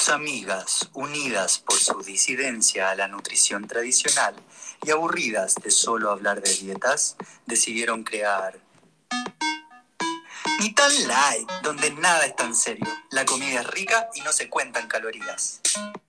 Dos amigas, unidas por su disidencia a la nutrición tradicional y aburridas de solo hablar de dietas, decidieron crear Ni Tan Light, donde nada es tan serio. La comida es rica y no se cuentan calorías.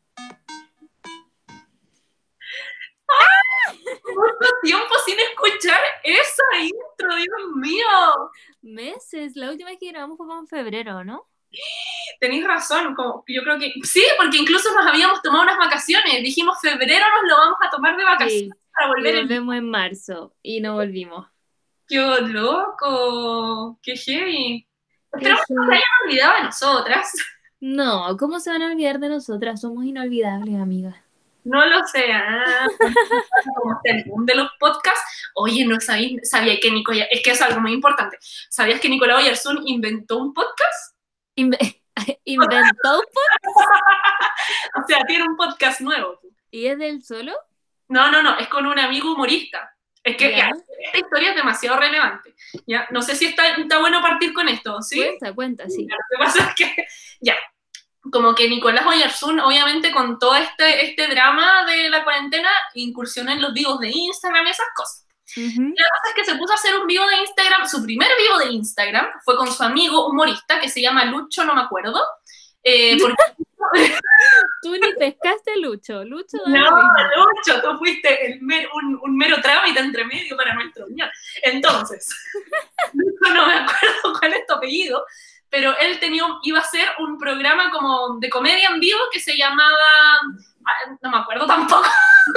Mucho tiempo sin escuchar esa intro, Dios mío. Meses, la última vez que grabamos fue como en febrero, ¿no? Tenéis razón, yo creo que sí, porque incluso nos habíamos tomado unas vacaciones. Dijimos febrero nos lo vamos a tomar de vacaciones para volver. Y volvemos en marzo y no volvimos. ¡Qué loco! ¡Qué heavy! Esperamos que no se hayan olvidado de nosotras. No, ¿cómo se van a olvidar de nosotras? Somos inolvidables, amigas. No lo sé, como el boom de los podcasts. Oye, ¿no sabía que Nicolás, es que es algo muy importante, ¿sabías que Nicolás Oyarzún inventó un podcast? ¿Inventó un podcast? O sea, tiene un podcast nuevo. ¿Y es del solo? No, es con un amigo humorista. Es que ya, esta historia es demasiado relevante. ¿Ya? No sé si está bueno partir con esto, ¿sí? Cuenta, sí. Lo que pasa es que, ya, como que Nicolás Oyarzún, obviamente con todo este drama de la cuarentena, incursionó en los vivos de Instagram y esas cosas. La cosa es que se puso a hacer un vivo de Instagram, su primer vivo de Instagram fue con su amigo humorista que se llama Lucho, no me acuerdo. Porque... Tú ni pescaste a Lucho. No, Lucho, tú fuiste un mero trámite entre medio para nuestro unión. Entonces, Lucho, no me acuerdo cuál es tu apellido, pero él iba a hacer un programa como de comedia en vivo que se llamaba, no me acuerdo tampoco,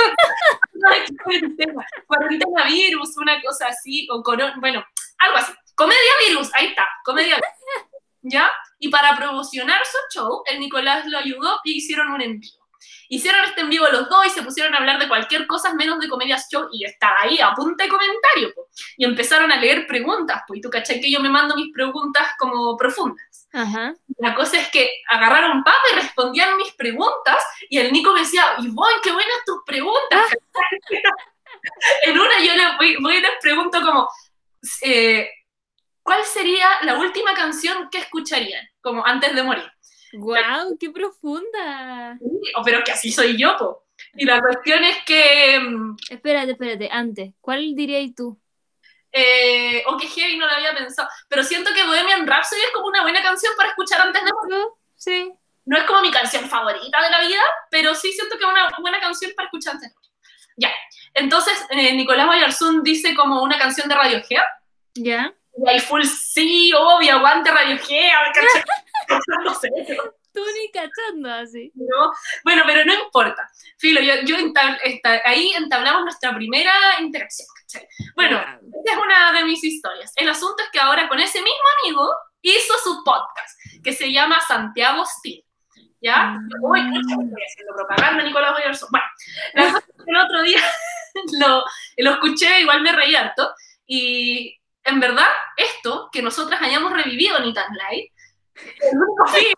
cuarentena virus, una cosa así, o bueno, algo así, comedia virus, ahí está, comedia virus, ¿ya? Y para promocionar su show, el Nicolás lo ayudó y hicieron un en vivo. Hicieron este en vivo los dos y se pusieron a hablar de cualquier cosa menos de Comedias Show y estaba ahí a punta de comentario, po. Y empezaron a leer preguntas, pues, y tú cachai que yo me mando mis preguntas como profundas. Ajá. La cosa es que agarraron papa y respondían mis preguntas y el Nico me decía, Ivonne, qué buenas tus preguntas. En una yo voy y les pregunto como, ¿cuál sería la última canción que escucharían, como antes de morir? ¡Guau! ¡Qué profunda! Pero que así soy yo, po. Y la cuestión es que... Espérate, antes, ¿cuál dirías tú? Que heavy, no lo había pensado. Pero siento que Bohemian Rhapsody es como una buena canción para escuchar antes de morir. Sí. No es como mi canción favorita de la vida, pero sí siento que es una buena canción para escuchar antes de morir. Ya. Entonces, Nicolás Oyarzún dice como una canción de Radiohead. Ya. Y ahí full, sí, obvio, aguante Radiohead, ¿cachai? No sé. Tú ni cachando así. ¿No? Bueno, pero no importa. Filo, ahí entablamos nuestra primera interacción, ¿cachai? Bueno, esta es una de mis historias. El asunto es que ahora con ese mismo amigo hizo su podcast, que se llama Santiago Steel, ¿ya? Uy, estoy haciendo propaganda, Nicolás Oyarzún. Bueno, la cosa es que el otro día lo escuché, igual me reí harto, y en verdad, esto, que nosotras hayamos revivido Ni Tan Light, el único fin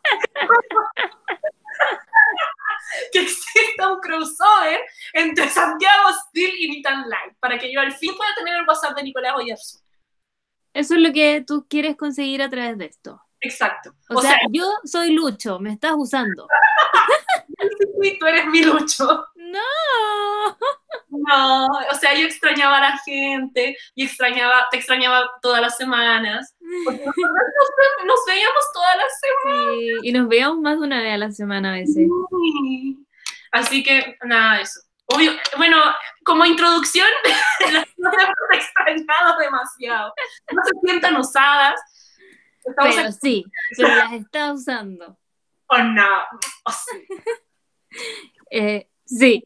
que exista un crossover entre Santiago Steel y Ni Tan Light, para que yo al fin pueda tener el WhatsApp de Nicolás Oyarzún. Eso es lo que tú quieres conseguir a través de esto. Exacto. O sea, yo soy Lucho, me estás usando. Sí, tú eres mi Lucho. No, o sea, yo extrañaba a la gente, te extrañaba todas las semanas. Porque nos veíamos todas las semanas. Sí, y nos veíamos más de una vez a la semana a veces. Sí. Así que, nada de eso. Obvio, bueno, como introducción, las hemos extrañado demasiado. No se sientan usadas. Pero sí, pero las está usando. Oh, no. Oh, sí. Sí.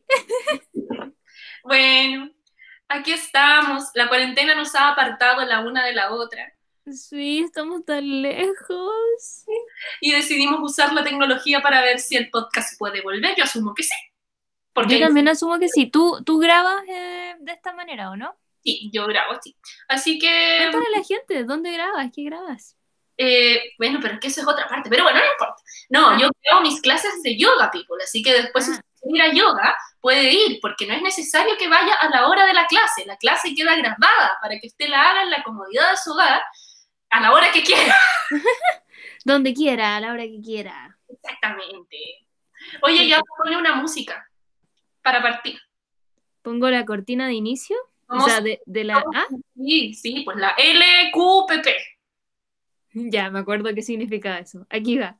Bueno, aquí estamos. La cuarentena nos ha apartado la una de la otra. Sí, estamos tan lejos. Y decidimos usar la tecnología para ver si el podcast puede volver. Yo asumo que sí. Yo también asumo que sí. ¿Tú grabas de esta manera, o no? Sí, yo grabo, sí. Así que... Cuéntale a la gente, ¿dónde grabas? ¿Qué grabas? Bueno, pero es que eso es otra parte. Pero bueno, no importa. No, yo creo mis clases de yoga, people. Así que después si usted quiere ir a yoga, puede ir, porque no es necesario que vaya a la hora de la clase. La clase queda grabada para que usted la haga en la comodidad de su hogar a la hora que quiera. Donde quiera, a la hora que quiera. Exactamente. Oye, ya ponle una música para partir. Pongo la cortina de inicio. O Vamos, sea, de la... Ah, sí, pues la LQPP. ya, me acuerdo qué significa eso. Aquí va.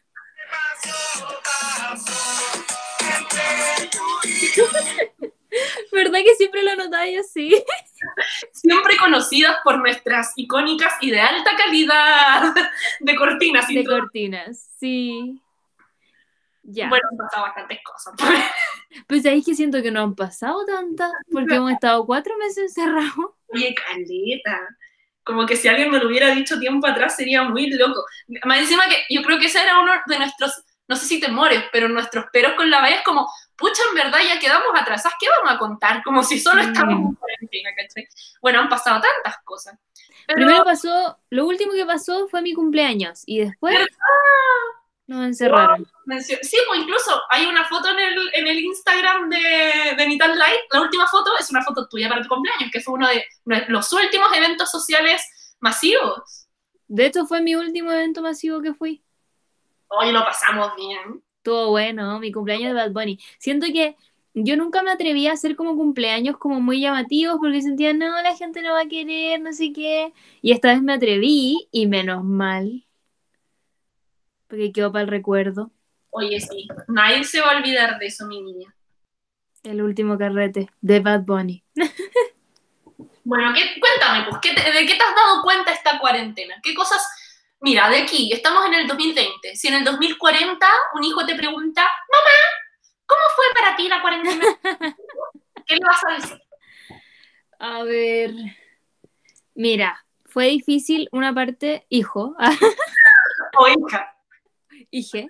¿Verdad que siempre lo notáis así? Siempre conocidas por nuestras icónicas y de alta calidad de cortinas. De cortinas, sí. Ya. Bueno, han pasado bastantes cosas. Pues ahí es que siento que no han pasado tantas, porque hemos estado 4 meses encerrados. Oye, caleta. Como que si alguien me lo hubiera dicho tiempo atrás sería muy loco. Más encima que yo creo que ese era uno de nuestros, no sé si temores, pero nuestros peros con la valla es como, pucha, en verdad ya quedamos atrasadas, ¿qué vamos a contar? Como si solo estábamos en cuarentena, ¿cachai? Bueno, han pasado tantas cosas. Pero... Primero pasó, lo último que pasó fue mi cumpleaños, y después nos encerraron. Sí, pues incluso hay una foto en el Instagram de Nital Light. La última foto es una foto tuya para tu cumpleaños, que fue uno de los últimos eventos sociales masivos. De hecho, fue mi último evento masivo que fui. Hoy lo pasamos bien. Estuvo bueno, mi cumpleaños de Bad Bunny. Siento que yo nunca me atreví a hacer como cumpleaños como muy llamativos porque sentía, no, la gente no va a querer, no sé qué. Y esta vez me atreví y menos mal. Porque quedó para el recuerdo. Oye, sí, nadie se va a olvidar de eso, mi niña. El último carrete de Bad Bunny. Bueno, cuéntame, pues, ¿de qué te has dado cuenta esta cuarentena? ¿Qué cosas? Mira, de aquí, estamos en el 2020. Si en el 2040 un hijo te pregunta, mamá, ¿cómo fue para ti la cuarentena? ¿Qué le vas a decir? A ver, mira, fue difícil una parte, hijo, O hija. hije,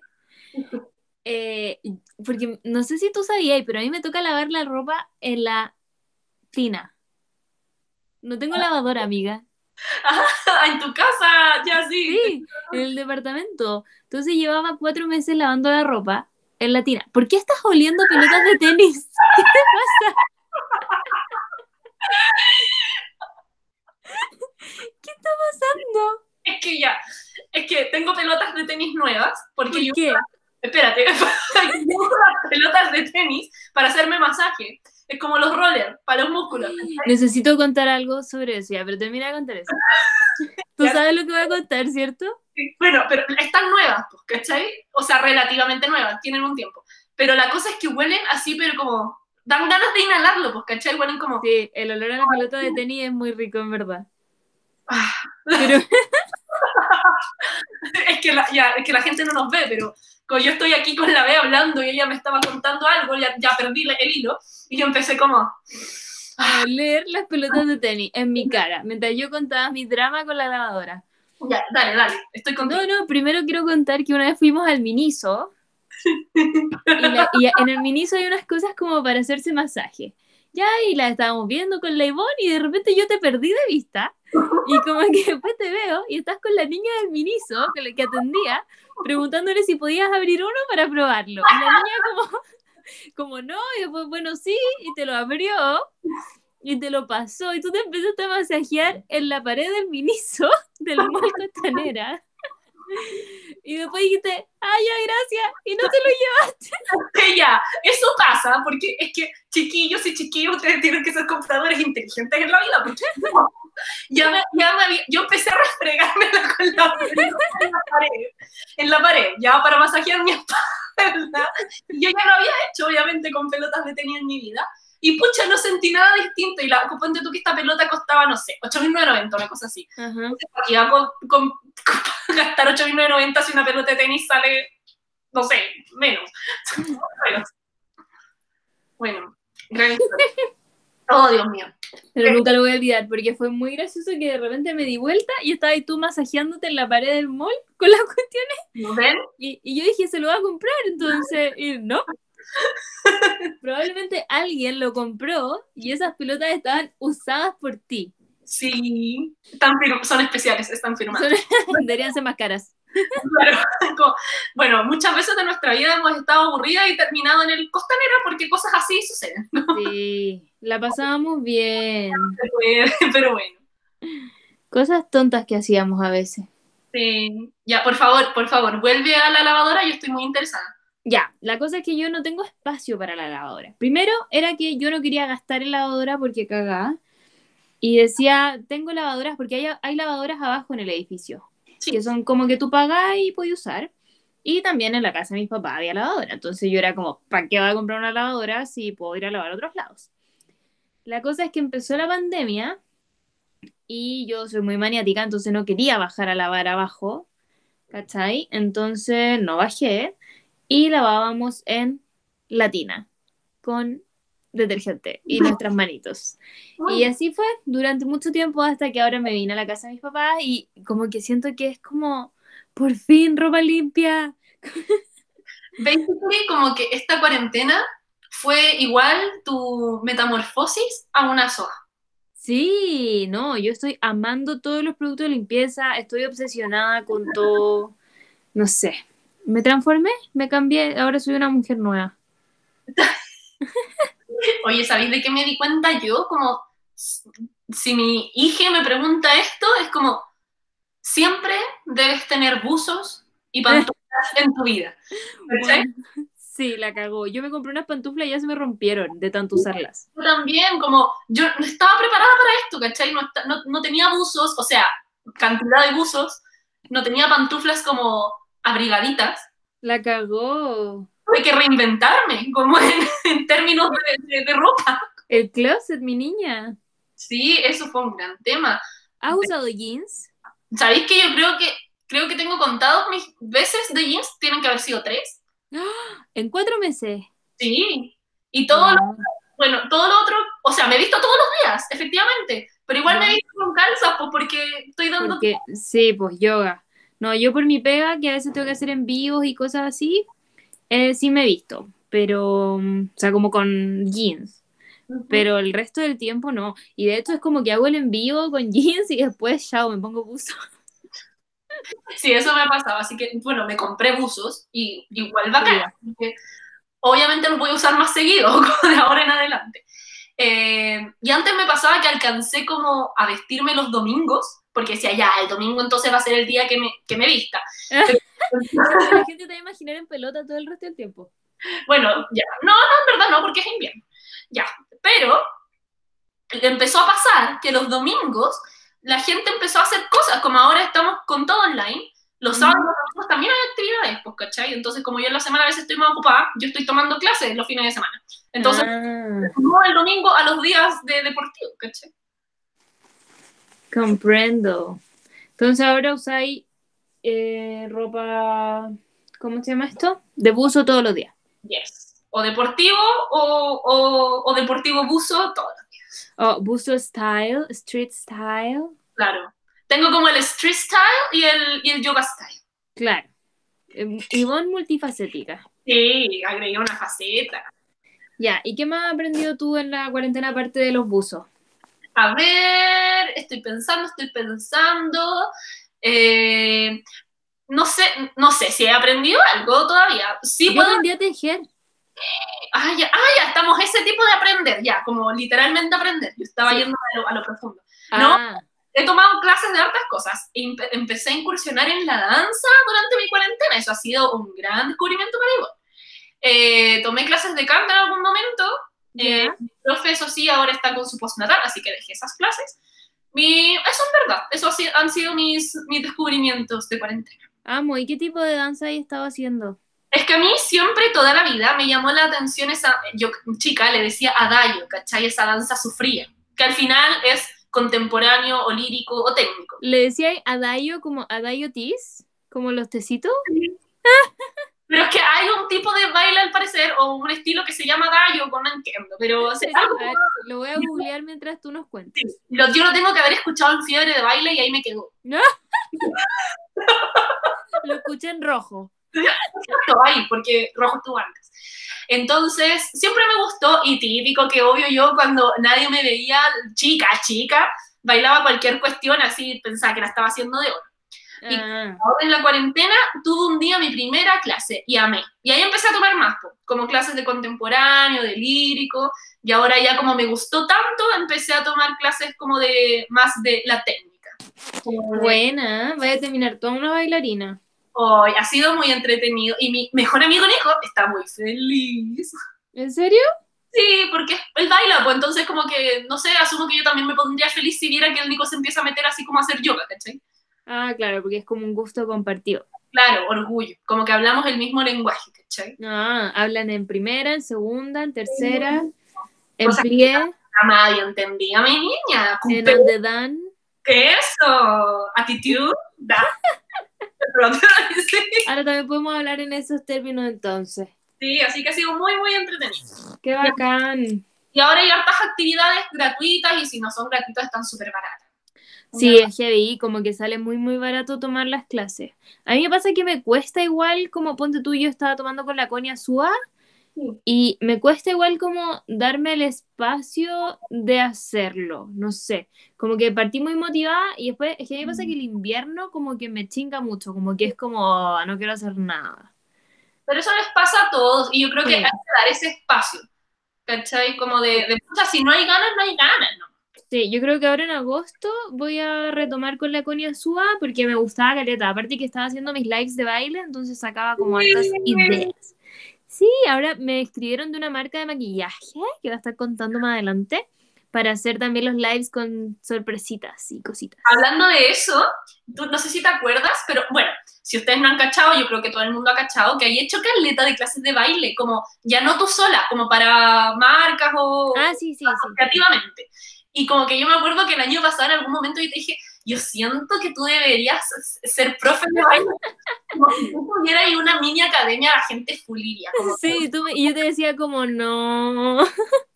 porque no sé si tú sabías, pero a mí me toca lavar la ropa en la tina. No tengo lavadora, amiga. Ah, en tu casa, ya sí. Sí, en el departamento. Entonces llevaba 4 meses lavando la ropa en la tina. ¿Por qué estás oliendo pelotas de tenis? ¿Qué te pasa? ¿Qué está pasando? Es que tengo pelotas de tenis nuevas, porque ¿Por yo... qué? Espérate, yo uso las pelotas de tenis para hacerme masaje. Es como los rollers, para los músculos. Necesito contar algo sobre eso, ya, pero termina de contar eso. ¿Tú sabes lo que voy a contar, cierto? Bueno, pero están nuevas, pues, ¿cachai? O sea, relativamente nuevas, tienen un tiempo. Pero la cosa es que huelen así, pero como... Dan ganas de inhalarlo, pues, ¿cachai? Huelen como... Sí, el olor a la pelota de tenis es muy rico, en verdad. Ah. Pero... es que la gente no nos ve, pero como yo estoy aquí con la Bea hablando y ella me estaba contando algo, ya perdí el hilo, y yo empecé como... a oler las pelotas de tenis en mi cara, mientras yo contaba mi drama con la lavadora. Ya, dale, estoy contigo. No, primero quiero contar que una vez fuimos al Miniso y en el Miniso hay unas cosas como para hacerse masaje. Ya, y la estábamos viendo con la Ivonne y de repente yo te perdí de vista y como que después te veo y estás con la niña del Miniso que atendía preguntándole si podías abrir uno para probarlo. Y la niña como no, y después, bueno, sí, y te lo abrió y te lo pasó y tú te empezaste a masajear en la pared del Miniso del Mall Costanera. Y después dijiste, ay, ya, gracias, y no te lo llevaste. Ya, eso pasa, porque es que chiquillos y chiquillos, ustedes tienen que ser computadores inteligentes en la vida, porque yo empecé a refregármela con en la pared, ya para masajear mi espalda. Yo ya lo había hecho, obviamente, con pelotas de tenis en mi vida. Y pucha, no sentí nada distinto. Y ponte tú que esta pelota costaba, no sé, 8.990, una cosa así. Iba con gastar 8.990 si una pelota de tenis sale, no sé, menos. Bueno, gran historia. Oh, Dios mío. Pero nunca lo voy a olvidar, porque fue muy gracioso que de repente me di vuelta y estaba ahí tú masajeándote en la pared del mall con las cuestiones. ¿No ven? Y yo dije, se lo va a comprar, entonces, y no. Probablemente alguien lo compró y esas pelotas estaban usadas por ti. Sí, son especiales, están firmadas. Deberían ser más caras. Bueno, muchas veces de nuestra vida hemos estado aburridas y terminado en el Costanera porque cosas así suceden, ¿no? Sí, la pasábamos bien. Pero bueno. Cosas tontas que hacíamos a veces. Sí. Ya, por favor, vuelve a la lavadora, yo estoy muy interesada. Ya, la cosa es que yo no tengo espacio para la lavadora. Primero era que yo no quería gastar en lavadora porque cagaba. Y decía, tengo lavadoras, porque hay lavadoras abajo en el edificio, Sí. que son como que tú pagas y puedes usar. Y también en la casa de mis papás había lavadora. Entonces yo era como, ¿para qué voy a comprar una lavadora si puedo ir a lavar a otros lados? La cosa es que empezó la pandemia y yo soy muy maniática, entonces no quería bajar a lavar abajo, ¿cachai? Entonces no bajé y lavábamos en la tina con detergente y nuestras manitos. Y así fue durante mucho tiempo hasta que ahora me vine a la casa de mis papás y como que siento que es como, por fin ropa limpia. Basically, como que esta cuarentena fue igual tu metamorfosis a una soa. Sí, no, yo estoy amando todos los productos de limpieza, estoy obsesionada con todo, no sé, me transformé, me cambié, ahora soy una mujer nueva. Oye, ¿sabéis de qué me di cuenta yo? Como si mi hija me pregunta esto, es como siempre debes tener buzos y pantuflas en tu vida. ¿Cachai? Bueno, sí, la cagó. Yo me compré unas pantuflas y ya se me rompieron de tanto usarlas. Yo también, como yo no estaba preparada para esto, ¿cachai? No tenía buzos, o sea, cantidad de buzos, no tenía pantuflas como abrigaditas. La cagó. Tuve que reinventarme, como en términos de ropa. El closet, mi niña. Sí, eso fue un gran tema. ¿Has usado jeans? ¿Sabéis que yo creo que tengo contados mis veces de jeans? Tienen que haber sido 3. ¡Ah! En 4 meses. Sí. Y todo lo, Wow. bueno, todo lo otro, o sea, me he visto todos los días, efectivamente, pero igual me he Ya. visto con calzas, pues porque estoy dando... Porque, sí, pues yoga. No, yo por mi pega, que a veces tengo que hacer envíos y cosas así, sí me he visto. Pero, o sea, como con jeans. Ujú. Pero el resto del tiempo no. Y de hecho es como que hago el envío con jeans y después, chao, me pongo buzo. Sí, eso me ha pasado, así que, bueno, me compré buzos y igual bacán, Obvio. porque obviamente los voy a usar más seguido, como de ahora en adelante. Y antes me pasaba que alcancé como a vestirme los domingos, porque decía, ya, el domingo entonces va a ser el día que me vista. Pero, Como que la gente te va a imaginar en pelota todo el resto del tiempo. bueno, ya, no, en verdad no, porque es invierno. Ya, pero empezó a pasar que los domingos la gente empezó a hacer cosas, como ahora estamos con todo online, los sábados y los domingos también hay actividades, pues, ¿cachai? Entonces, como yo en la semana a veces estoy más ocupada, yo estoy tomando clases los fines de semana. Entonces, Ah, no el domingo a los días de deportivo, ¿cachai? comprendo. Entonces ahora usáis ropa, ¿cómo se llama esto? De buzo todos los días. Yes. O deportivo o deportivo buzo, todo. Oh, buzo style, street style. Claro. Tengo como el street style y el yoga style. Claro. Ivonne multifacética. Sí, agregué una faceta. Ya, ¿y qué más has aprendido tú en la cuarentena aparte de los buzos? A ver, estoy pensando. Eh, no sé si he aprendido algo todavía. Sí Yo puedo. aprendí a tejer. Ya, estamos ese tipo de aprender, ya, como literalmente aprender. Yo estaba Sí. yendo a lo profundo. No, Ah, he tomado clases de hartas cosas. Empecé a incursionar en la danza durante mi cuarentena. Eso ha sido un gran descubrimiento para mí. Tomé clases de canto en algún momento. ya. Mi profe, eso sí, ahora está con su postnatal, así que dejé esas clases. Eso es verdad. Eso han sido mis descubrimientos de cuarentena. Amo, ¿y qué tipo de danza he estado haciendo? Es que a mí siempre, toda la vida, me llamó la atención esa, yo chica le decía adayo, ¿cachai? Esa danza sufría, que al final es contemporáneo o lírico o técnico. ¿Le decía Adayo como Adayo Tis? ¿Como los tecitos? Pero es que hay un tipo de baile al parecer, o un estilo que se llama adayo, no entiendo, pero o sea, algo, A ver, lo voy a googlear mientras tú nos cuentas. yo lo tengo que haber escuchado en Fiebre de Baile y ahí me quedó. ¿No? Lo escuché en rojo. Ahí, porque rojo estuvo antes. Entonces, siempre me gustó y típico que obvio yo cuando nadie me veía chica, bailaba cualquier cuestión así, pensaba que la estaba haciendo de oro. Y Ah, ahora en la cuarentena tuve un día mi primera clase y amé. Y ahí empecé a tomar más, como clases de contemporáneo, de lírico, y ahora ya como me gustó tanto, empecé a tomar clases como de más de la técnica. Como de- buena, vaya a terminar toda una bailarina. Hoy ha sido muy entretenido y mi mejor amigo Nico está muy feliz. ¿En serio? Sí, porque él baila, pues entonces como que, no sé, asumo que yo también me pondría feliz si viera que el Nico se empieza a meter así como a hacer yoga, ¿cachai? Ah, claro, porque es como un gusto compartido. Claro, orgullo, como que hablamos el mismo lenguaje, ¿cachai? Ah, hablan en primera, en segunda, en tercera, en Cosas que plie, nadie entendía, mi niña. en donde dan. ¿Qué es eso? ¿Attitude? ¿Da? De pronto, sí. Ahora también podemos hablar en esos términos entonces. Sí, así que ha sido muy, muy entretenido. ¡Qué bacán! Y ahora hay hartas actividades gratuitas y si no son gratuitas están súper baratas. Sí, es heavy, como que sale muy, muy barato tomar las clases. A mí me pasa que me cuesta igual, como ponte tú, yo estaba tomando con la Conia Sua, Sí. y me cuesta igual como darme el espacio de hacerlo, no sé, como que partí muy motivada y después, es que a mí me pasa que el invierno como que me chinga mucho, como que es como, "Oh, no quiero hacer nada". Pero eso les pasa a todos y yo creo que hay Sí. que dar ese espacio, ¿cachai? Como de pucha, si no hay ganas, no hay ganas, ¿no? Sí, yo creo que ahora en agosto voy a retomar con la Conia Sua porque me gustaba caleta. Aparte que estaba haciendo mis lives de baile, entonces sacaba como hartas ideas. Sí, ahora me escribieron de una marca de maquillaje que va a estar contando más adelante para hacer también los lives con sorpresitas y cositas. Hablando de eso, tú, no sé si te acuerdas, pero bueno, si ustedes no han cachado, yo creo que todo el mundo ha cachado que hay hecho caleta de clases de baile, como ya no tú sola, como para marcas o Ah, sí, sí, sí. creativamente. Y como que yo me acuerdo que el año pasado en algún momento yo te dije, yo siento que tú deberías ser profe de baile. Como si tú tuvieras ahí una mini academia, la gente fuliría. Como Sí, y yo te decía como no.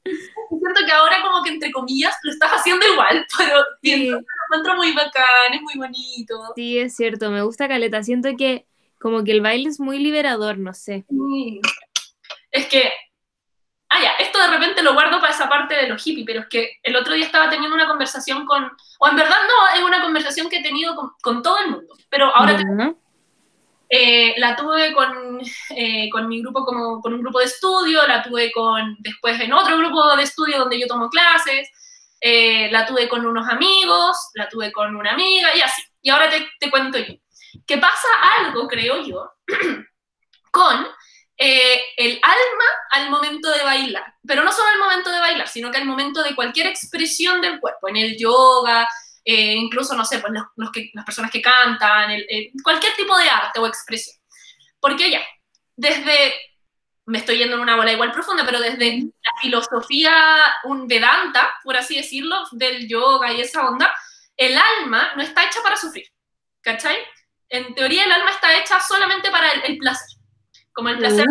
siento que ahora como que entre comillas lo estás haciendo igual, pero Sí, lo encuentro muy bacán, es muy bonito. sí, es cierto, me gusta caleta. Siento que como que el baile es muy liberador, no sé. Sí. Es que, ya, esto de repente lo guardo para esa parte de los hippies, pero es que el otro día estaba teniendo una conversación o en verdad no, es una conversación que he tenido con todo el mundo, pero ahora Ya. la tuve con mi grupo, como con un grupo de estudio, la tuve después en otro grupo de estudio donde yo tomo clases, la tuve con unos amigos, la tuve con una amiga y así. Y ahora te cuento yo. Que pasa algo, creo yo, con el alma al momento de bailar. Pero no solo al momento de bailar, sino que al momento de cualquier expresión del cuerpo, en el yoga, incluso, no sé, pues las personas que cantan, cualquier tipo de arte o expresión. Porque ya, desde, me estoy yendo en una bola igual profunda, pero desde la filosofía, un Vedanta, por así decirlo, del yoga y esa onda, el alma no está hecha para sufrir, ¿cachai? En teoría el alma está hecha solamente para el placer, como el placer,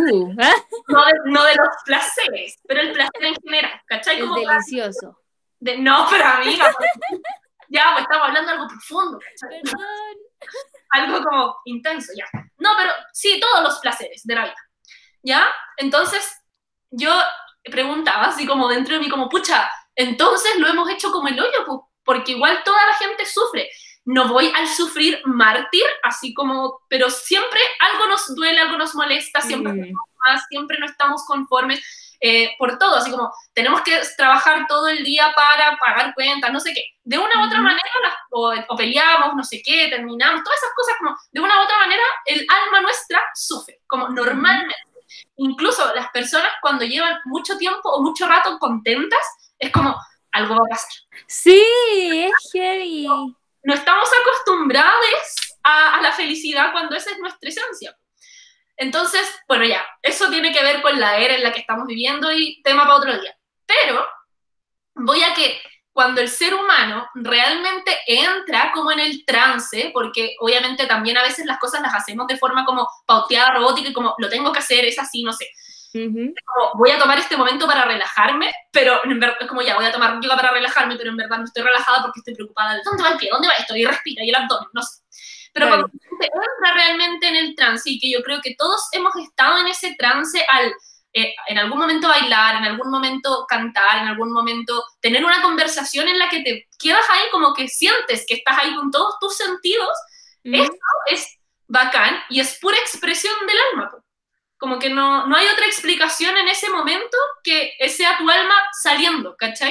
no de los placeres, pero el placer en general, ¿cachai? Es Como delicioso. no, pero amiga, ya, pues estamos hablando de algo profundo, ¿cachai? Perdón. Algo como intenso, ya. No, pero sí, todos los placeres de la vida, ¿ya? Entonces, yo preguntaba así como dentro de mí, como, pucha, entonces lo hemos hecho como el hoyo, porque igual toda la gente sufre. No voy al sufrir mártir, así como, pero siempre algo nos duele, algo nos molesta, siempre siempre no estamos conformes por todo, así como tenemos que trabajar todo el día para pagar cuentas, no sé qué. De una u otra manera, o peleamos, no sé qué, terminamos, todas esas cosas, como de una u otra manera, el alma nuestra sufre, como normalmente. Incluso las personas cuando llevan mucho tiempo o mucho rato contentas, es como, algo va a pasar. Sí, es heavy. No estamos acostumbrados a la felicidad cuando esa es nuestra esencia. Entonces, bueno, ya, eso tiene que ver con la era en la que estamos viviendo y tema para otro día. Pero voy a que cuando el ser humano realmente entra como en el trance, porque obviamente también a veces las cosas las hacemos de forma como pauteada, robótica, y como lo tengo que hacer, es así, no sé. Como, voy a tomar este momento para relajarme, pero en verdad, es como ya, voy a tomar yoga para relajarme, pero en verdad no estoy relajada porque estoy preocupada de dónde va el pie, dónde va esto, y respira, y el abdomen, no sé. Pero cuando se entra realmente en el trance, y que yo creo que todos hemos estado en ese trance al en algún momento bailar, en algún momento cantar, en algún momento tener una conversación en la que te quedas ahí como que sientes que estás ahí con todos tus sentidos, eso es bacán y es pura expresión del alma. Como que no hay otra explicación en ese momento que sea tu alma saliendo, ¿cachai?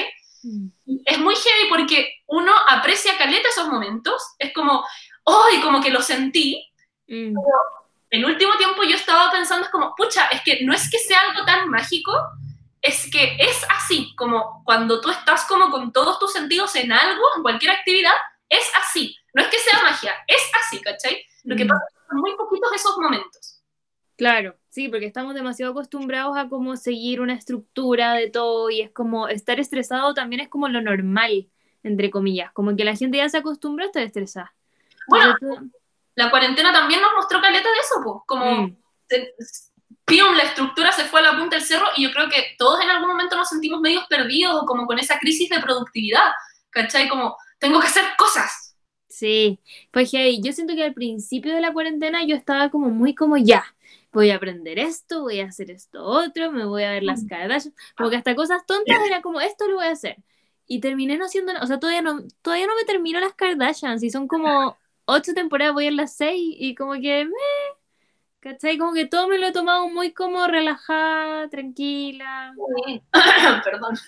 Es muy heavy porque uno aprecia caleta esos momentos, es como, ¡ay! Como que lo sentí, Mm, El último tiempo yo estaba pensando, es como, pucha, es que no es que sea algo tan mágico, es que es así, como cuando tú estás como con todos tus sentidos en algo, en cualquier actividad, es así. No es que sea magia, es así, ¿cachai? Lo que pasa es que son muy poquitos esos momentos. claro, sí, porque estamos demasiado acostumbrados a como seguir una estructura de todo y es como estar estresado también es como lo normal, entre comillas, como que la gente ya se acostumbra a estar estresada. Bueno, Entonces tú... la cuarentena también nos mostró caleta de eso, pues, como Mm, ¡pium! La estructura se fue a la punta del cerro y yo creo que todos en algún momento nos sentimos medios perdidos o como con esa crisis de productividad, ¿cachai? Como, tengo que hacer cosas. sí, pues hey, yo siento que al principio de la cuarentena yo estaba como muy como ya, voy a aprender esto, voy a hacer esto otro, me voy a ver las Kardashian, como que hasta cosas tontas era como esto lo voy a hacer. Y terminé no haciendo, o sea, todavía no me termino las Kardashians y son como 8 temporadas, voy a las 6 y como que, ¿cachai? Como que todo me lo he tomado muy como relajada, tranquila. Perdón.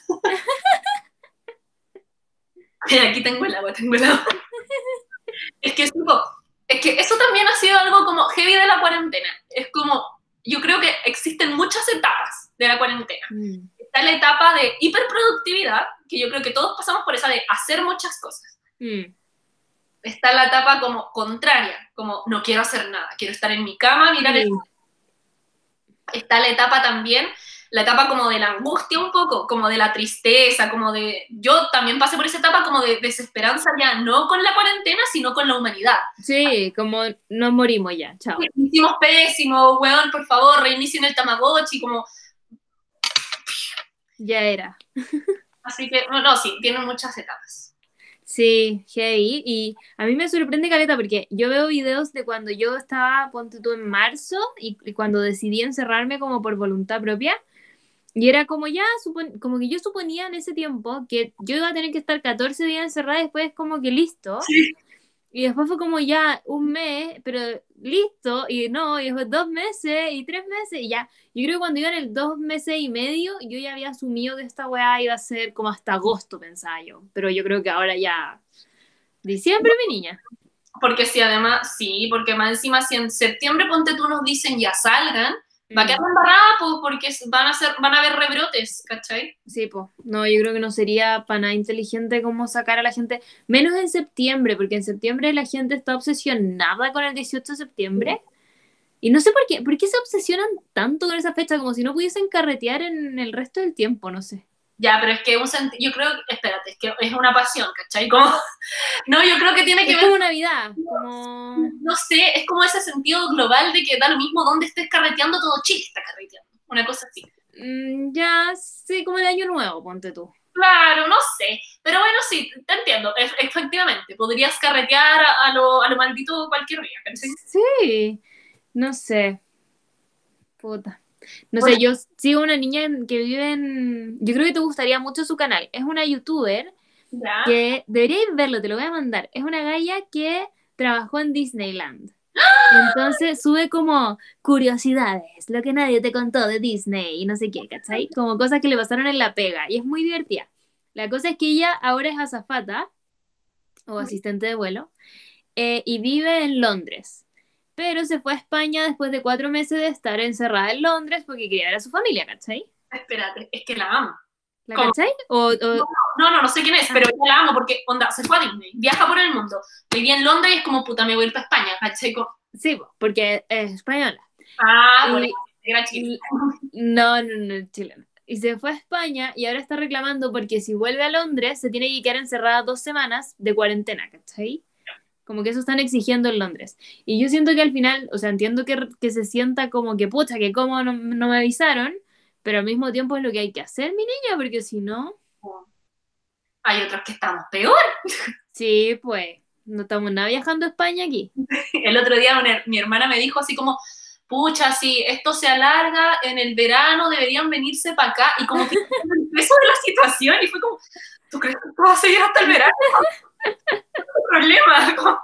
Aquí tengo el agua, tengo el agua. Es que, es que eso también ha sido algo como heavy de la cuarentena. Es como, yo creo que existen muchas etapas de la cuarentena. Mm, Está la etapa de hiperproductividad, que yo creo que todos pasamos por esa de hacer muchas cosas. mm, Está la etapa como contraria, como no quiero hacer nada, quiero estar en mi cama, mirar el... sí. Está la etapa también, la etapa como de la angustia un poco, como de la tristeza, como de... Yo también pasé por esa etapa como de desesperanza ya, no con la cuarentena, sino con la humanidad. Sí, como nos morimos ya, chao. Hicimos pésimo, weón, por favor, reinicien el Tamagotchi, como... Ya era. Así que, no, no, sí, tienen muchas etapas. Sí, heavy. Y a mí me sorprende caleta porque yo veo videos de cuando yo estaba, ponte tú, en marzo y cuando decidí encerrarme como por voluntad propia. Y era como ya, como que yo suponía en ese tiempo que yo iba a tener que estar 14 días encerrada y después como que listo. Sí. Y después fue como ya un mes, pero listo, y no, y después 2 meses y 3 meses, y ya. Yo creo que cuando iban el 2 meses y medio, yo ya había asumido que esta weá iba a ser como hasta agosto, pensaba yo. Pero yo creo que ahora ya. Diciembre, mi niña. Porque si además, sí, porque más encima si en septiembre, ponte tú, nos dicen ya salgan, va a quedar embarrada, pues, porque van a haber rebrotes, ¿cachai? Sí, pues. No, yo creo que no sería para nada inteligente como sacar a la gente, menos en septiembre, porque en septiembre la gente está obsesionada con el 18 de septiembre. Y no sé por qué se obsesionan tanto con esa fecha, como si no pudiesen carretear en el resto del tiempo, no sé. Ya, pero es que yo creo, espérate, es que es una pasión, ¿cachai? Como, no, yo creo que tiene que Es ver, como Navidad, como... no sé, es como ese sentido global de que da lo mismo donde estés carreteando, todo Chile está carreteando, una cosa así. ya, sí, como el año nuevo, ponte tú. Claro, no sé, pero bueno, sí, te entiendo, efectivamente, podrías carretear a lo maldito cualquier día, ¿cachai? Sí, no sé, puta. No Bueno, sé, yo sigo una niña que vive en... Yo creo que te gustaría mucho su canal. Es una youtuber ya. que deberíais verlo, te lo voy a mandar. Es una galla que trabajó en Disneyland. Entonces sube como curiosidades, lo que nadie te contó de Disney y no sé qué, ¿cachai? Como cosas que le pasaron en la pega y es muy divertida. La cosa es que ella ahora es azafata o asistente de vuelo y vive en Londres, pero se fue a España después de 4 meses de estar encerrada en Londres porque quería ver a su familia, ¿cachai? Espérate, es que la amo. ¿La ¿Cómo? cachai? No sé quién es, Ah, pero yo la amo porque, onda, se fue a Disney, viaja por el mundo, vivía en Londres y es como, puta, me voy a ir para España, ¿cachai? sí, porque es española. Por eso, Y, era chile. y- no, no, no, chilena. Y se fue a España y ahora está reclamando porque si vuelve a Londres se tiene que quedar encerrada 2 semanas de cuarentena, ¿cachai? Como que eso están exigiendo en Londres. Y yo siento que al final, o sea, entiendo que se sienta como que, pucha, que cómo no me avisaron, pero al mismo tiempo es lo que hay que hacer, mi niña, porque si no, Hay otros que estamos peor. sí, pues, no estamos nada viajando a España aquí. El otro día mi hermana me dijo así como, pucha, si esto se alarga en el verano, deberían venirse para acá. Y como que el peso de la situación y fue como, ¿tú crees que esto va a seguir hasta el verano? ¿Qué problema? Como,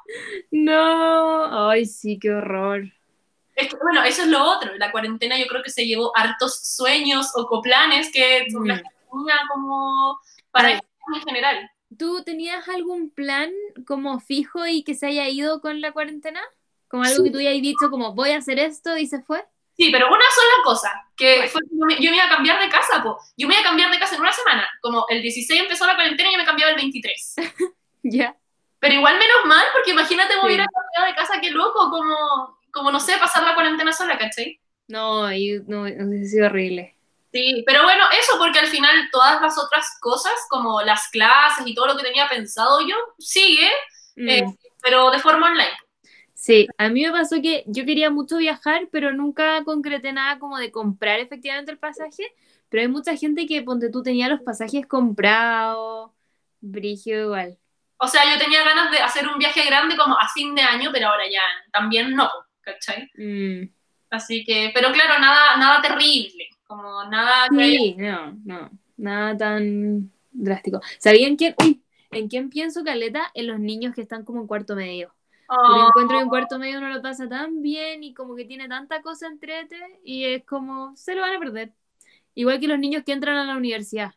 No, ay, sí, qué horror. es que, bueno, eso es lo otro. La cuarentena yo creo que se llevó hartos sueños o coplanes que la Mm. gente tenía como A para ver, este año en general. ¿tú tenías algún plan como fijo y que se haya ido con la cuarentena? Como algo que tú ya has dicho, como voy a hacer esto y se fue. Sí, pero una sola cosa, que Bueno. fue que yo me iba a cambiar de casa, po. Yo me iba a cambiar de casa en una semana. Como el 16 empezó la cuarentena y yo me cambiaba el 23. Ya. Pero igual menos mal, porque imagínate me Sí. hubiera cambiado de casa, qué loco, como no sé, pasar la cuarentena sola, ¿cachai? No, no, hubiese sido horrible. Sí, pero bueno, eso porque al final todas las otras cosas, como las clases y todo lo que tenía pensado yo, sigue, pero de forma online. Sí, a mí me pasó que yo quería mucho viajar, pero nunca concreté nada como de comprar efectivamente el pasaje. Pero hay mucha gente que, ponte tú, tenía los pasajes comprados, brigio igual. O sea, yo tenía ganas de hacer un viaje grande como a fin de año, pero ahora ya también no, ¿cachai? Así que, pero claro, nada terrible, como nada que haya... Sí, no, nada tan drástico. ¿Sabían quién? Uy, ¿en quién pienso, caleta? En los niños que están como en cuarto medio. Porque Oh, encuentro que en cuarto medio uno lo pasa tan bien y como que tiene tanta cosa entrete y es como, se lo van a perder. Igual que los niños que entran a la universidad.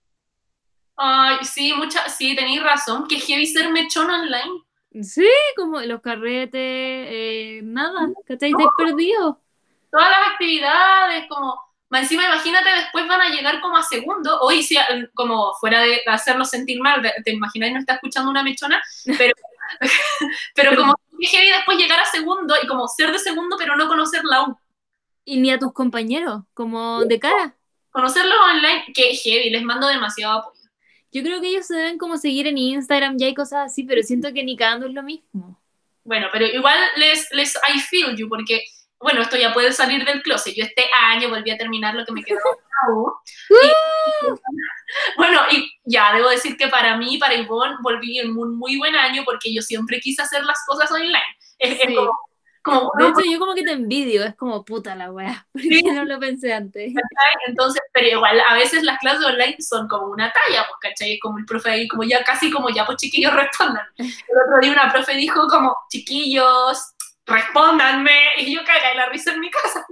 ay, sí, sí, tenéis razón, que heavy ser mechón online. Sí, como los carretes, nada, ¿cachai? Estáis perdidos. Todas las actividades, como, más encima imagínate, después van a llegar como a segundo, hoy sí, como fuera de hacerlos sentir mal, te imagináis no está escuchando una mechona, pero, pero como que heavy después llegar a segundo y como ser de segundo pero no conocer la U. Y ni a tus compañeros, como de cara. Conocerlos online, que heavy, les mando demasiado apoyo. Yo creo que ellos se deben como seguir en Instagram ya y cosas así, pero siento que ni cagando es lo mismo. Bueno, pero igual I feel you, porque, bueno, esto ya puede salir del closet. Yo este año volví a terminar lo que me quedaba en la U. Y, bueno, y ya debo decir que para mí, para Ivonne, volví en un muy buen año porque yo siempre quise hacer las cosas online. Es Sí. como De hecho, yo como que te envidio, es como puta la wea, porque Sí. no lo pensé antes. Entonces, pero igual a veces las clases online son como una talla, pues, ¿cachai? Es como el profe ahí, como ya casi como ya, pues chiquillos respondan. El otro día una profe dijo como, chiquillos, respóndanme, y yo cagué la risa en mi casa.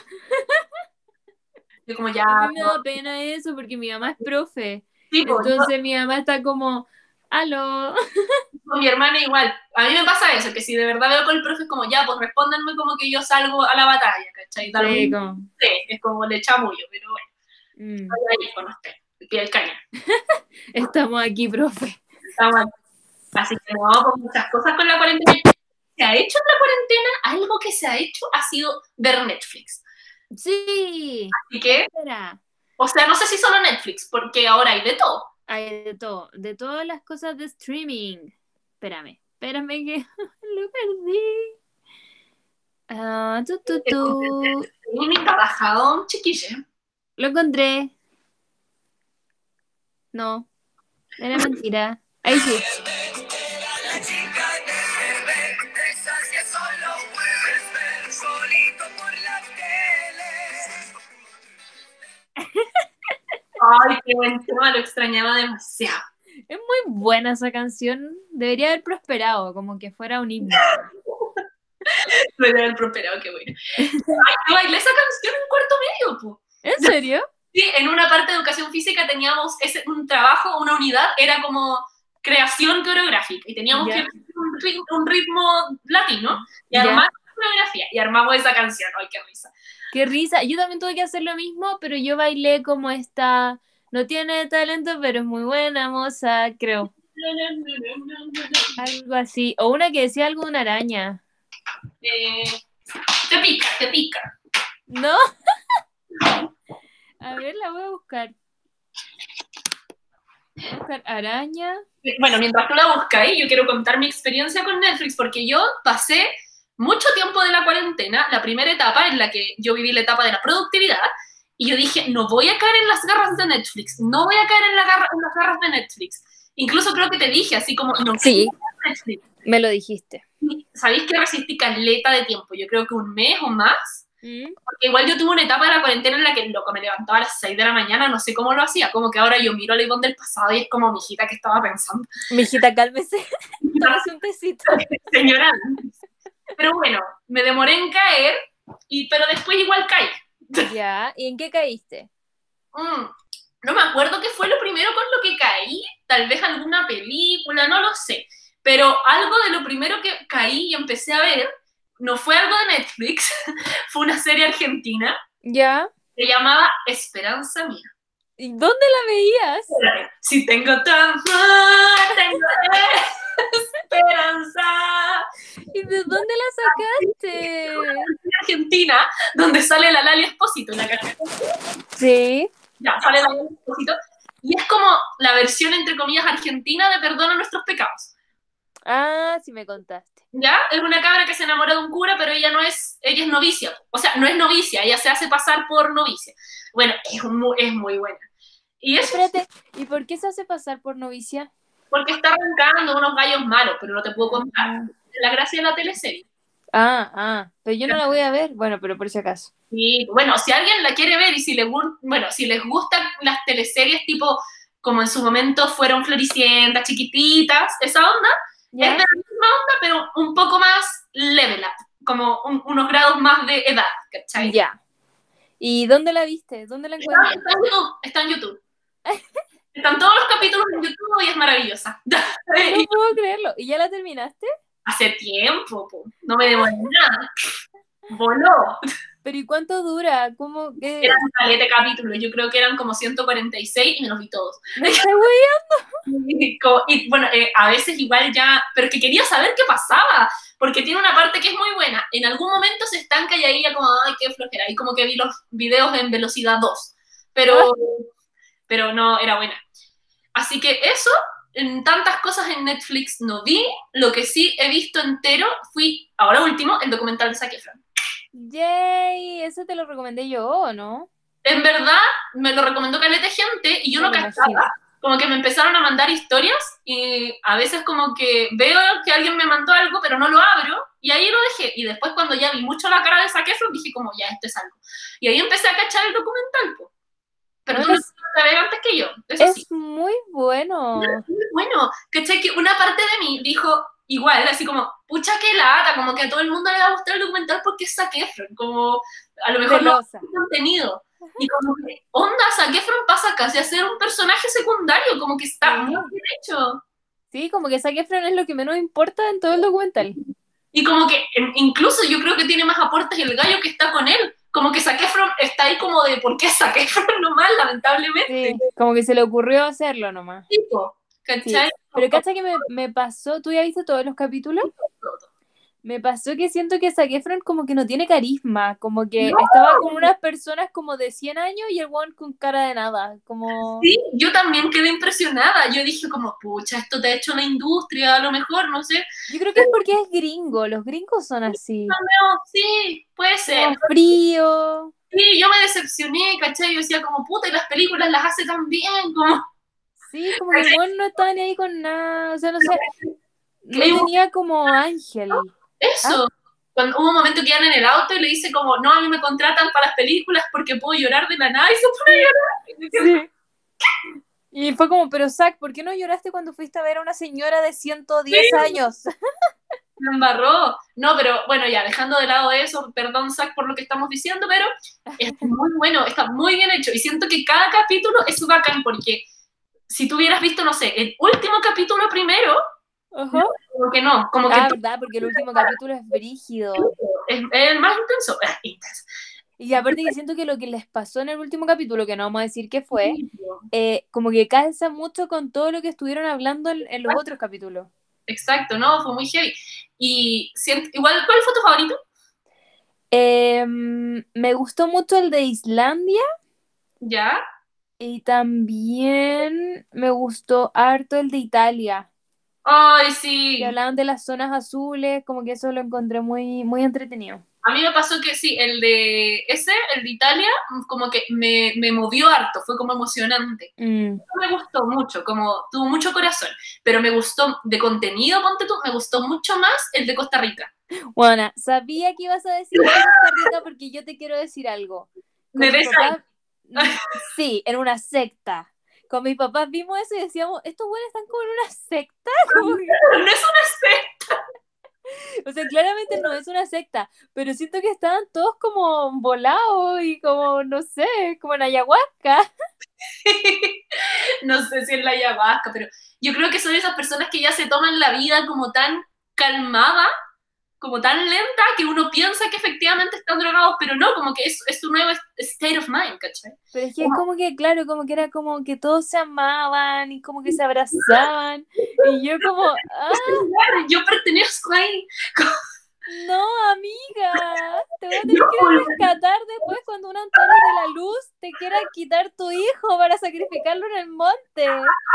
Yo como ya... A mí me da pena eso porque mi mamá es profe. Sí, pues, Entonces mi mamá está como, aló. con mi hermana igual. A mí me pasa eso, que si de verdad veo con el profe es como, ya, pues respóndanme como que yo salgo a la batalla, ¿cachai? Tal Sí, vez, como... sí, es como le chamullo, pero bueno, estoy ahí con usted, el pie del cañón. Estamos aquí, profe. Estamos ahí. Así que no, pues muchas cosas con la cuarentena. ¿Se ha hecho en la cuarentena? Algo que se ha hecho ha sido ver Netflix. Sí. Así que, Espera. o sea, no sé si solo Netflix, porque ahora hay de todo. Hay de todas las cosas de streaming. Espérame que lo perdí. Ni está bajado, chiquille. Lo encontré. No, era mentira. Ahí sí. Ay, qué buen tema, lo extrañaba demasiado. Es muy buena esa canción. Debería haber prosperado, como que fuera un himno. Me debe haber prosperado, qué bueno. Ay, yo bailé esa canción en cuarto medio, po. ¿En serio? Sí, en una parte de educación física teníamos un trabajo, una unidad, era como creación coreográfica, y teníamos que un ritmo latino, y armar coreografía, y armamos esa canción. Ay, qué risa. Qué risa. Yo también tuve que hacer lo mismo, pero yo bailé como esta. No tiene talento, pero es muy buena moza, creo. Algo así. O una que decía algo de una araña. Te pica, te pica. ¿No? A ver, la voy a buscar. Voy a buscar araña. Bueno, mientras tú la buscas, yo quiero contar mi experiencia con Netflix, porque yo pasé mucho tiempo de la cuarentena, la primera etapa en la que yo viví la etapa de la productividad, y yo dije, no voy a caer en las garras de Netflix, no voy a caer en las garras de Netflix. Incluso creo que te dije, así como, no, sí, Netflix. Me lo dijiste. ¿Sabéis que resistí caleta de tiempo? Yo creo que un mes o más. Porque igual yo tuve una etapa de la cuarentena en la que, loco, me levantaba a las 6 de la mañana, no sé cómo lo hacía, como que ahora yo miro a la Ivonne del pasado y es como, mijita, ¿qué estaba pensando? Mijita, cálmese, tómese un tecito. Señora. Pero bueno, me demoré en caer, pero después igual caí. Ya, ¿y en qué caíste? No me acuerdo qué fue lo primero con lo que caí, tal vez alguna película, no lo sé, pero algo de lo primero que caí y empecé a ver no fue algo de Netflix, fue una serie argentina, ¿Ya? se llamaba Esperanza Mía. ¿Y dónde la veías? Si tengo tu amor, tengo esperanza. ¿Y de dónde la sacaste? Argentina, donde sale la Lali Espósito en la canción. Sí. Ya, sale la Lali Espósito. Y es como la versión, entre comillas, argentina de Perdona nuestros pecados. Ah, sí me contaste. ¿Ya? Es una cabra que se enamora de un cura, pero ella es novicia. O sea, no es novicia, ella se hace pasar por novicia. Bueno, es muy buena. Y eso Espérate, ¿y por qué se hace pasar por novicia? porque está arrancando unos gallos malos, pero no te puedo contar. Ah, La gracia de la teleserie. pero yo no la voy a ver. Bueno, pero por si acaso. Y bueno, si alguien la quiere ver y si les gustan las teleseries tipo como en su momento fueron Floricienta, Chiquititas, esa onda, ¿Ya? es de la misma onda, pero un poco más level up, como unos grados más de edad, ¿cachai? Ya. ¿Y dónde la viste? ¿Dónde la encuentras? Está en YouTube. Están todos los capítulos en YouTube y es maravillosa. No puedo creerlo. ¿Y ya la terminaste? Hace tiempo, po. No me demoré nada. Voló. ¿Pero y cuánto dura? ¿Cómo que? Eran un caleta de capítulos, yo creo que eran como 146 y me los vi todos. ¿Me estás hueveando? Y bueno, a veces igual ya, pero que quería saber qué pasaba, porque tiene una parte que es muy buena. En algún momento se estanca y ahí ya como, ay, qué flojera. Y como que vi los videos en velocidad 2, pero no, era buena. Así que eso, en tantas cosas en Netflix no vi. Lo que sí he visto entero ahora último, el documental de Zac Efron. Yay, ese te lo recomendé yo, ¿o no? En verdad, me lo recomendó caleta de gente y yo no Me cachaba. imagino. Como que me empezaron a mandar historias y a veces como que veo que alguien me mandó algo, pero no lo abro y ahí lo dejé. Y después cuando ya vi mucho la cara de Zac Efron, dije como, ya, esto es algo. Y ahí empecé a cachar el documental, po. Pero Bueno, tú lo sabes antes que yo, eso sí. es muy bueno. Bueno, ¿cachai? Que una parte de mí dijo igual, así como, pucha que lata, como que a todo el mundo le va a gustar el documental porque es Zac Efron, como a lo mejor no Celosa. hay contenido. Y como que, onda, Zac Efron pasa casi a ser un personaje secundario, como que está muy bien hecho. Sí, como que Zac Efron es lo que menos importa en todo el documental. Y como que incluso yo creo que tiene más aportes el gallo que está con él. Como que Zac Efron está ahí como de, ¿por qué Zac Efron nomás, lamentablemente? Sí, como que se le ocurrió hacerlo nomás. Tipo, Sí. ¿cachai? Pero ¿cachai que me pasó? ¿Tú ya viste todos los capítulos? Me pasó que siento que Zac Efron como que no tiene carisma, como que No. estaba con unas personas como de 100 años y el one con cara de nada, como... Sí, yo también quedé impresionada. Yo dije como, pucha, esto te ha hecho la industria, a lo mejor, no sé. Yo creo que es porque es gringo, los gringos son así, No, sí, puede ser. como frío. Sí, yo me decepcioné, ¿cachai? Yo decía como, puta, y las películas las hace tan bien, como... Sí, como que el one no estaba ni ahí con nada, o sea, no sé, no Hay un- tenía como ángel. Eso. Cuando hubo un momento que iban en el auto y le dice como, no, a mí me contratan para las películas porque puedo llorar de la nada y se pone a llorar. Sí. Y fue como, pero Zac, ¿por qué no lloraste cuando fuiste a ver a una señora de 110 años? Me embarró. No, pero bueno, ya, dejando de lado eso, perdón, Zac, por lo que estamos diciendo, pero es muy bueno, está muy bien hecho. Y siento que cada capítulo es bacán porque si tú hubieras visto, no sé, el último capítulo primero, Ajá. como que no, como que Verdad, porque el último capítulo es brígido. es el más intenso. Y aparte que siento que lo que les pasó en el último capítulo, que no vamos a decir qué fue, como que calza mucho con todo lo que estuvieron hablando en los otros capítulos. Exacto, no, fue muy heavy. Y igual, ¿cuál fue tu favorito? Me gustó mucho el de Islandia ¿Ya? y también me gustó harto el de Italia, Ay, sí. que hablaban de las zonas azules, como que eso lo encontré muy, muy entretenido. A mí me pasó que sí, el de Italia, como que me movió harto, fue como emocionante. Mm. Me gustó mucho, como tuvo mucho corazón, pero me gustó, de contenido, ponte tú, me gustó mucho más el de Costa Rica. Juana, sabía que ibas a decir de Costa Rica porque yo te quiero decir algo. ¿Me ves ahí? Sí, en una secta. Con mis papás vimos eso y decíamos, estos güeyes están como en una secta. Como que... No es una secta. O sea, claramente no es una secta, pero siento que estaban todos como volados y como, no sé, como en ayahuasca. No sé si es la ayahuasca, pero yo creo que son esas personas que ya se toman la vida como tan calmada, como tan lenta que uno piensa que efectivamente están drogados, pero no, como que es su nuevo state of mind, ¿cachai? Pero es que es como que, claro, como que era como que todos se amaban y como que se abrazaban. Y yo como, Yo pertenezco ahí. no, amiga, te voy a tener que ir a rescatar después cuando un Antares de la Luz te quiera quitar tu hijo para sacrificarlo en el monte.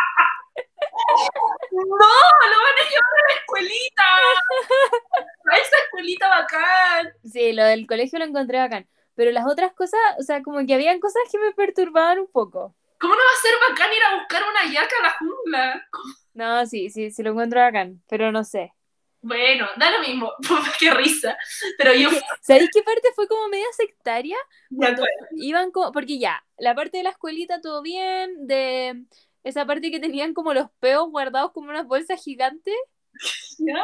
No, lo van a llevar a la escuelita. A esa escuelita bacán. Sí, lo del colegio lo encontré bacán. Pero las otras cosas, o sea, como que habían cosas que me perturbaban un poco. ¿Cómo no va a ser bacán ir a buscar una yaca a la jungla? No, sí lo encuentro bacán, pero no sé. Bueno, da lo mismo. Qué risa. Pero yo... ¿Sabéis qué parte fue como media sectaria? Cuando Ya, iban como, porque ya, la parte de la escuelita todo bien, de esa parte que tenían como los peos guardados como unas bolsas gigantes, ¿ya?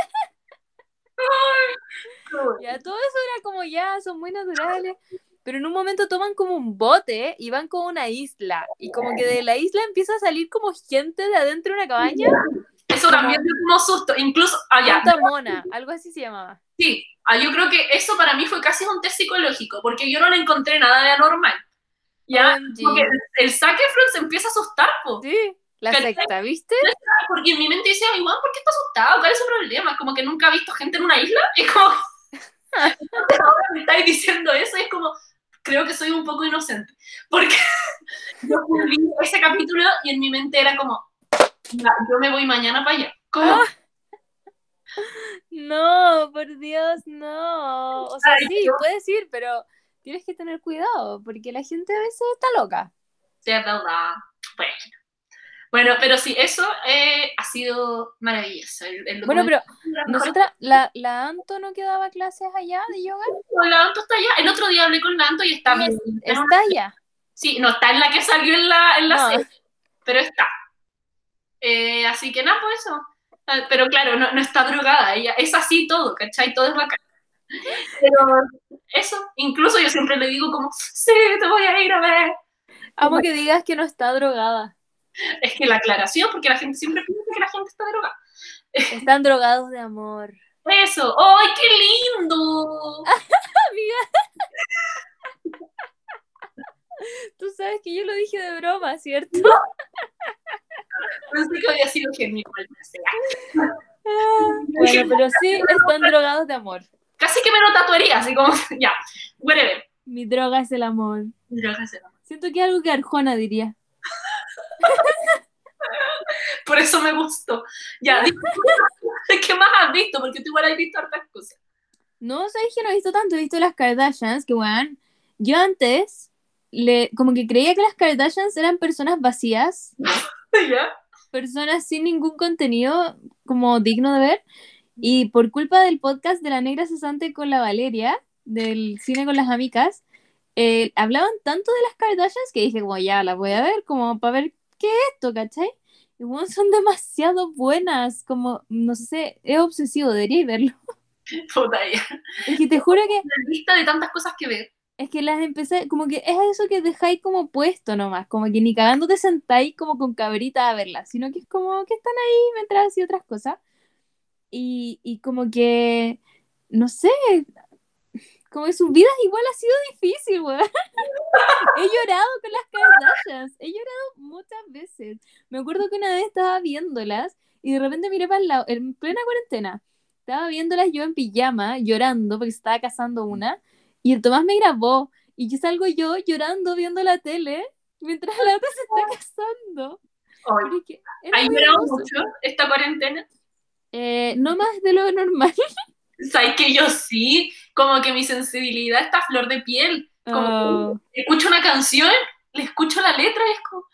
ya todo eso era como ya, son muy naturales, pero en un momento toman como un bote y van como a una isla, y como que de la isla empieza a salir como gente de adentro de una cabaña. Eso también dio como susto. Incluso, allá. Punta Mona, algo así se llamaba. Sí, yo creo que eso para mí fue casi un test psicológico, porque yo no le encontré nada de anormal. ¿Ya? OMG. Porque el Zac Efron se empieza a asustar, po. Sí, la ¿Cachai? secta, ¿viste? Porque en mi mente decía, igual, ¿por qué está asustado? ¿Cuál es su problema? Como que nunca ha visto gente en una isla. Es como, ahora me estáis diciendo eso, y es como, creo que soy un poco inocente. Porque yo vi ese capítulo y en mi mente era como, yo me voy mañana para allá. ¿Cómo? No, por Dios, no. O sea, Ay, sí, yo... puedes ir, pero tienes que tener cuidado, porque la gente a veces está loca. Sí, es verdad. Bueno, pero sí, eso ha sido maravilloso. Bueno, pero nosotras, la Anto no que daba clases allá de yoga. La Anto está allá. El otro día hablé con la Anto y está bien. Está allá. Sí, no está en la que salió en la No. serie, pero está. Así que nada, pues eso. Pero claro, no está drogada, ella es así todo, ¿cachai? Todo es bacán. Pero eso, incluso yo siempre le digo como, sí, te voy a ir a ver. Amo que digas que no está drogada. Es que la aclaración, porque la gente siempre piensa que la gente está drogada. Están drogados de amor. Eso, ¡ay, qué lindo! Amiga. Tú sabes que yo lo dije de broma, ¿cierto? Pensé que había sido genuino. Bueno, pero sí están drogados de amor. Casi que me lo tatuaría, así como, ya, whatever. Mi droga es el amor. Mi droga es el amor. Siento que es algo que Arjona diría. Por eso me gustó. Ya, ¿qué más has visto? Porque tú igual has visto hartas cosas. No, sabes que no he visto tanto, he visto las Kardashians, que weón. Yo antes como que creía que las Kardashians eran personas vacías, ¿Ya? personas sin ningún contenido como digno de ver, y por culpa del podcast de La Negra Cesante con la Valeria, del cine con las amigas, hablaban tanto de las Kardashians que dije, bueno, ya las voy a ver, como para ver qué es esto, ¿cachai? Y bueno, son demasiado buenas, como, no sé, es obsesivo, deberíais verlo. Puta ya. Es que te juro que Una lista de tantas cosas que ver. es que las empecé, como que es eso que dejáis como puesto nomás, como que ni cagando te sentáis como con cabrita a verlas, sino que es como que están ahí mientras hacía otras cosas. Y como que, no sé, como que sus vidas igual ha sido difícil, weón. He llorado con las Kardashians, he llorado muchas veces. Me acuerdo que una vez estaba viéndolas y de repente miré para el lado, en plena cuarentena, estaba viéndolas yo en pijama, llorando porque se estaba casando una, y el Tomás me grabó, y yo salgo yo llorando viendo la tele, mientras la otra se está casando. Pero es que era ¿Has muy llorado hermoso. mucho esta cuarentena? No más de lo normal. ¿Sabes que yo sí? Como que mi sensibilidad está a flor de piel. Como que escucho una canción, le escucho la letra y es como...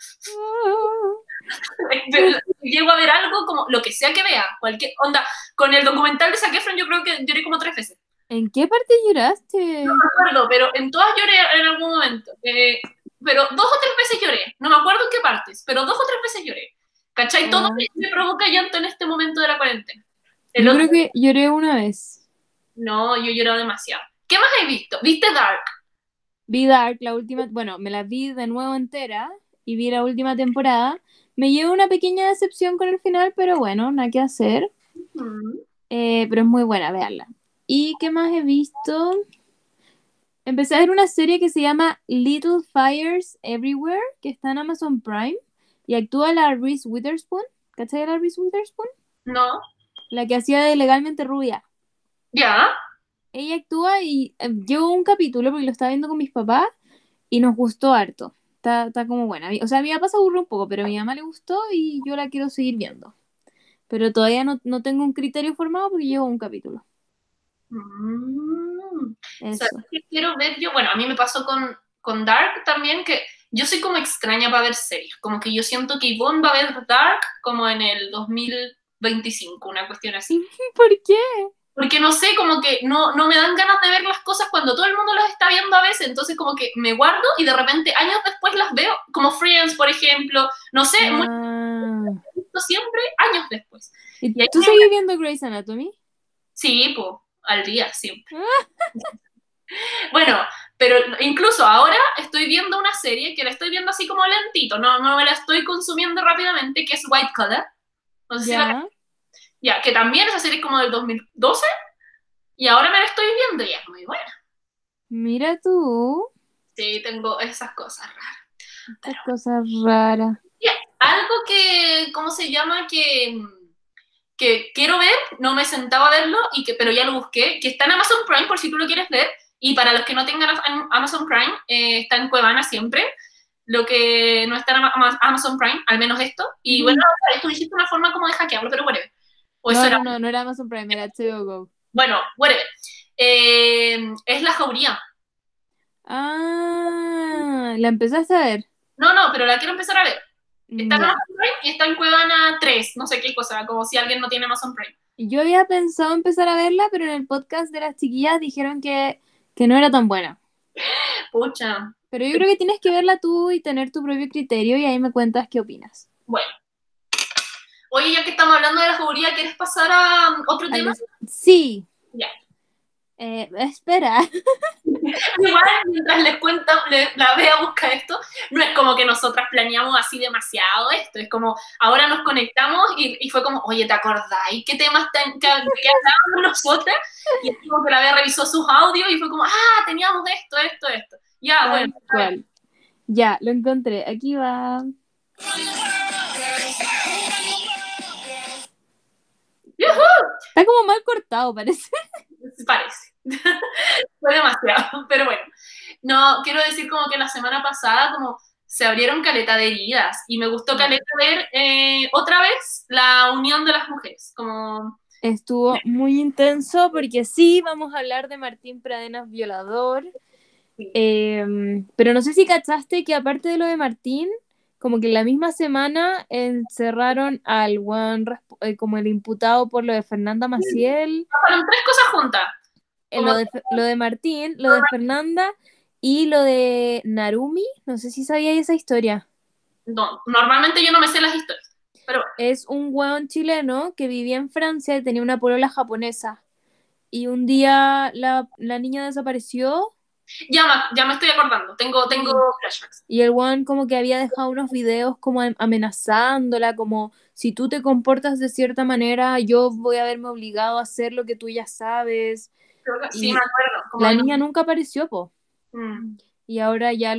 Llego a ver algo como lo que sea que vea, cualquier onda. Con el documental de Zac Efron yo creo que lloré como 3 veces. ¿En qué parte lloraste? No me acuerdo, pero en todas lloré en algún momento. Pero 2 o 3 veces lloré. No me acuerdo en qué partes, pero 2 o 3 veces lloré. ¿Cachai? Todo me provoca llanto en este momento de la cuarentena. Yo creo que lloré una vez. No, yo he llorado demasiado. ¿Qué más he visto? ¿Viste Dark? Vi Dark, la última, bueno, me la vi de nuevo entera y vi la última temporada. Me llevé una pequeña decepción con el final, pero bueno, nada que hacer. Pero es muy buena, véanla. ¿Y qué más he visto? Empecé a ver una serie que se llama Little Fires Everywhere, que está en Amazon Prime, y actúa la Reese Witherspoon. ¿Cachai a la Reese Witherspoon? No, La que hacía de Legalmente Rubia. ya. Ella actúa y llevo un capítulo porque lo estaba viendo con mis papás y nos gustó harto. Está como buena. O sea, a mi papá se aburrió un poco, pero a mi mamá le gustó y yo la quiero seguir viendo. Pero todavía no tengo un criterio formado porque llevo un capítulo. ¿Sabes Eso. qué quiero ver yo? Bueno, a mí me pasó con Dark también, que yo soy como extraña para ver series. Como que yo siento que Yvonne va a ver Dark como en el 2025, una cuestión así. ¿Por qué? Porque no sé, como que no me dan ganas de ver las cosas cuando todo el mundo las está viendo a veces, entonces como que me guardo y de repente años después las veo, como Friends, por ejemplo, no sé, muy Ah. visto siempre años después. ¿Y Y ahí tú seguís viendo Grey's Anatomy? sí, pues, al día, siempre. Ah. Bueno, pero incluso ahora estoy viendo una serie que la estoy viendo así como lentito, no me la estoy consumiendo rápidamente, que es White Collar. No sé si la... Ya. Ya, que también esa serie es como del 2012 y ahora me la estoy viendo y es muy buena. Mira tú. Sí, tengo esas cosas raras. Estas cosas raras. Ya, algo que, ¿cómo se llama? Que quiero ver, no me sentaba a verlo, pero ya lo busqué, que está en Amazon Prime por si tú lo quieres ver, y para los que no tengan Amazon Prime, está en Cuevana siempre, lo que no está en Amazon Prime, al menos esto, y bueno, tú dijiste una forma como de hackearlo, pero whatever. O eso era, No era Amazon Prime, era HBO Go. bueno, whatever. Es La Jauría. Ah, ¿la empezaste a ver? No, pero la quiero empezar a ver. Está en Ya. Amazon Prime y está en Cuevana 3, no sé qué cosa, como si alguien no tiene Amazon Prime. Yo había pensado empezar a verla, pero en el podcast de las chiquillas dijeron que no era tan buena. Pucha, Pero yo creo que tienes que verla tú y tener tu propio criterio y ahí me cuentas qué opinas. bueno. Oye, ya que estamos hablando de la seguridad, ¿quieres pasar a otro tema? Sí. Ya. Espera. Igual, mientras les cuento, la Bea busca esto, no es como que nosotras planeamos así demasiado esto, es como, ahora nos conectamos y fue como, oye, ¿te acordáis qué temas de qué hablábamos nosotras? Y es como que la Bea revisó sus audios y fue como, teníamos esto. Ya, bueno. ¿Cuál? Ya, lo encontré. Aquí va. ¡Yujú! Está como mal cortado, parece. Parece. Fue demasiado, pero bueno. No, quiero decir como que la semana pasada como se abrieron caleta de heridas y me gustó caleta ver otra vez la unión de las mujeres, como... Estuvo muy intenso porque sí, vamos a hablar de Martín Pradenas violador. Pero no sé si cachaste que aparte de lo de Martín, como que la misma semana encerraron al como el imputado por lo de Fernanda Maciel, Fueron tres cosas juntas. Como, lo de Martín, lo de Fernanda y lo de Narumi. No sé si sabía esa historia. no, normalmente yo no me sé las historias, pero bueno. Es un hueón chileno que vivía en Francia y tenía una polola japonesa. Y un día la niña desapareció. Ya me estoy acordando, tengo flashbacks. Y el one como que había dejado unos videos como amenazándola, como si tú te comportas de cierta manera, yo voy a verme obligado a hacer lo que tú ya sabes. Creo que, sí, me Y acuerdo. Como la niña nunca apareció, po. Mm. Y ahora ya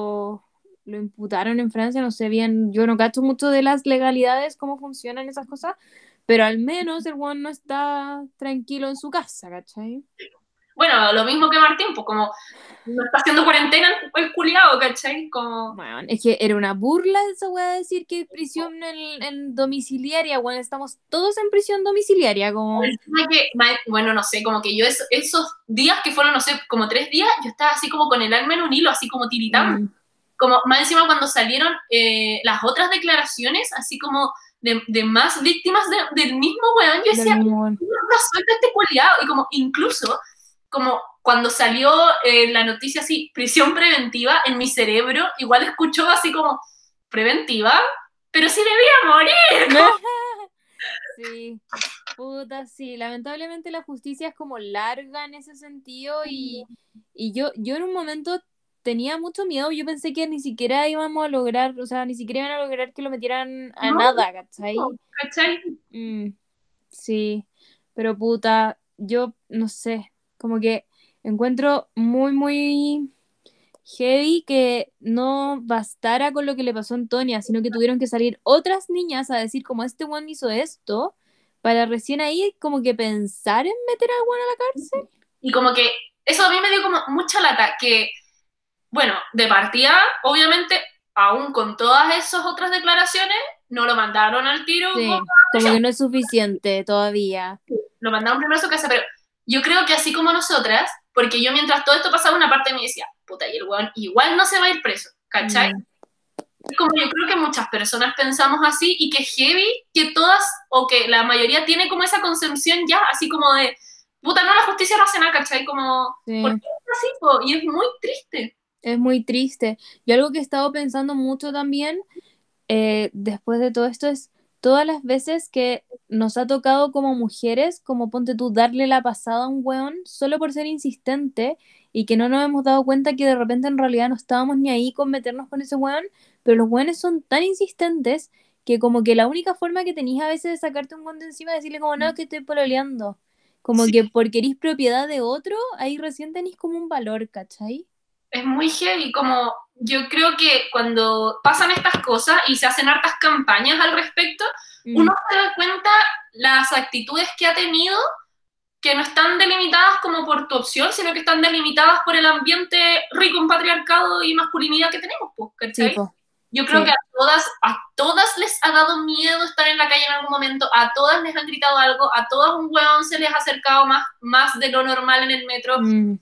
lo imputaron en Francia, no sé bien, yo no cacho mucho de las legalidades, cómo funcionan esas cosas, pero al menos el one no está tranquilo en su casa, ¿cachai? Bueno, lo mismo que Martín, pues como no está haciendo cuarentena el culiado, ¿cachai? Como... Bueno, es que era una burla esa weá de decir que prisión en domiciliaria, bueno, estamos todos en prisión domiciliaria, como... Bueno, no sé, como que yo esos días que fueron, no sé, como 3 días, yo estaba así como con el alma en un hilo, así como tiritando. Como más encima cuando salieron las otras declaraciones, así como de más víctimas del mismo weón, yo decía, no suelta este culiado. Y como incluso, como cuando salió la noticia así, prisión preventiva, en mi cerebro igual escuchó así como, ¿preventiva? Pero si debía morir. Sí, puta, sí. Lamentablemente la justicia es como larga en ese sentido y yo en un momento tenía mucho miedo. Yo pensé que ni siquiera íbamos a lograr, o sea, ni siquiera iban a lograr que lo metieran a No, nada, ¿cachai? ¿cachai? Sí, pero puta, yo no sé, como que encuentro muy, muy heavy que no bastara con lo que le pasó a Antonia, sino que tuvieron que salir otras niñas a decir como este one hizo esto, para recién ahí como que pensar en meter al one a la cárcel. Y como que eso a mí me dio como mucha lata, que, bueno, de partida, obviamente, aún con todas esas otras declaraciones, no lo mandaron al tiro, Sí, como que no es suficiente todavía. lo mandaron primero a su casa, pero yo creo que así como nosotras, porque yo mientras todo esto pasaba, una parte de mí decía, puta, y el weón igual no se va a ir preso, ¿cachai? Mm. Como yo creo que muchas personas pensamos así y que heavy, que todas o que la mayoría tiene como esa concepción ya, así como de, puta, no, la justicia no hace nada, ¿cachai? Como, ¿por Sí, qué es así, po? Y es muy triste. es muy triste. Y algo que he estado pensando mucho también después de todo esto es todas las veces que nos ha tocado como mujeres, como ponte tú, darle la pasada a un weón solo por ser insistente y que no nos hemos dado cuenta que de repente en realidad no estábamos ni ahí con meternos con ese weón, pero los weones son tan insistentes que como que la única forma que tenías a veces de sacarte un weón de encima es decirle como no, que estoy pololeando. Como Sí, que porque eres propiedad de otro, ahí recién tenés como un valor, ¿cachai? es muy heavy, como yo creo que cuando pasan estas cosas y se hacen hartas campañas al respecto, Mm, uno se da cuenta las actitudes que ha tenido que no están delimitadas como por tu opción, sino que están delimitadas por el ambiente rico en patriarcado y masculinidad que tenemos, pues, sí, ¿cachai? po, Yo creo que sí. a todas les ha dado miedo estar en la calle en algún momento, a todas les han gritado algo, a todas un huevón se les ha acercado más de lo normal en el metro, Mm,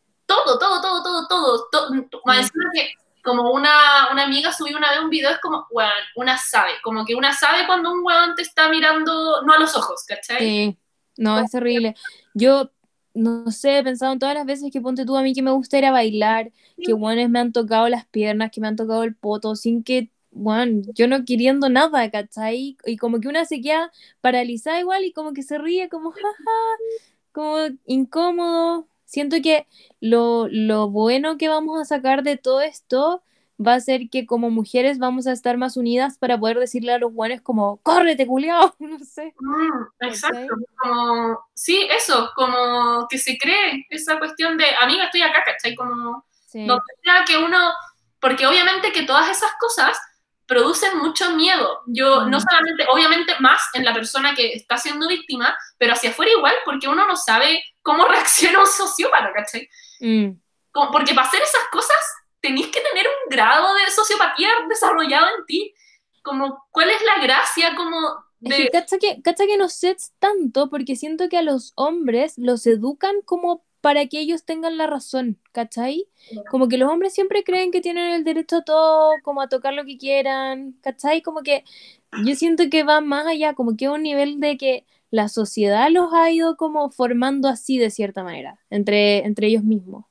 Más sí. encima que como una amiga subió una vez un video, es como, weón, una sabe, como que una sabe cuando un weón te está mirando, no a los ojos, ¿cachai? Sí, no, es terrible. Yo, no sé, he pensado en todas las veces que ponte tú a mí que me gusta ir a bailar, que guanes me han tocado las piernas, que me han tocado el poto, sin que, bueno, yo no queriendo nada, ¿cachai? Y como que una se queda paralizada igual y como que se ríe, como, jaja, como incómodo. Siento que lo bueno que vamos a sacar de todo esto va a ser que como mujeres vamos a estar más unidas para poder decirle a los guanes como, córrete, culiao, no sé. Exacto, ¿Cachai? como, sí, eso, como que se cree esa cuestión de, amiga, estoy acá, ¿cachai? Como, donde Sí. sea que uno, porque obviamente que todas esas cosas producen mucho miedo. Yo, no Mm, solamente, obviamente más en la persona que está siendo víctima, pero hacia afuera igual, porque uno no sabe cómo reacciona un sociópata, ¿cachai? mm. Porque para hacer esas cosas tenéis que tener un grado de sociopatía desarrollado en ti. Como, ¿cuál es la gracia como Es que de... cacha que no sé tanto porque siento que a los hombres los educan como para que ellos tengan la razón, ¿cachai? Como que los hombres siempre creen que tienen el derecho a todo, como a tocar lo que quieran, ¿cachai? Como que yo siento que va más allá, como que a un nivel de que la sociedad los ha ido como formando así de cierta manera, entre ellos mismos.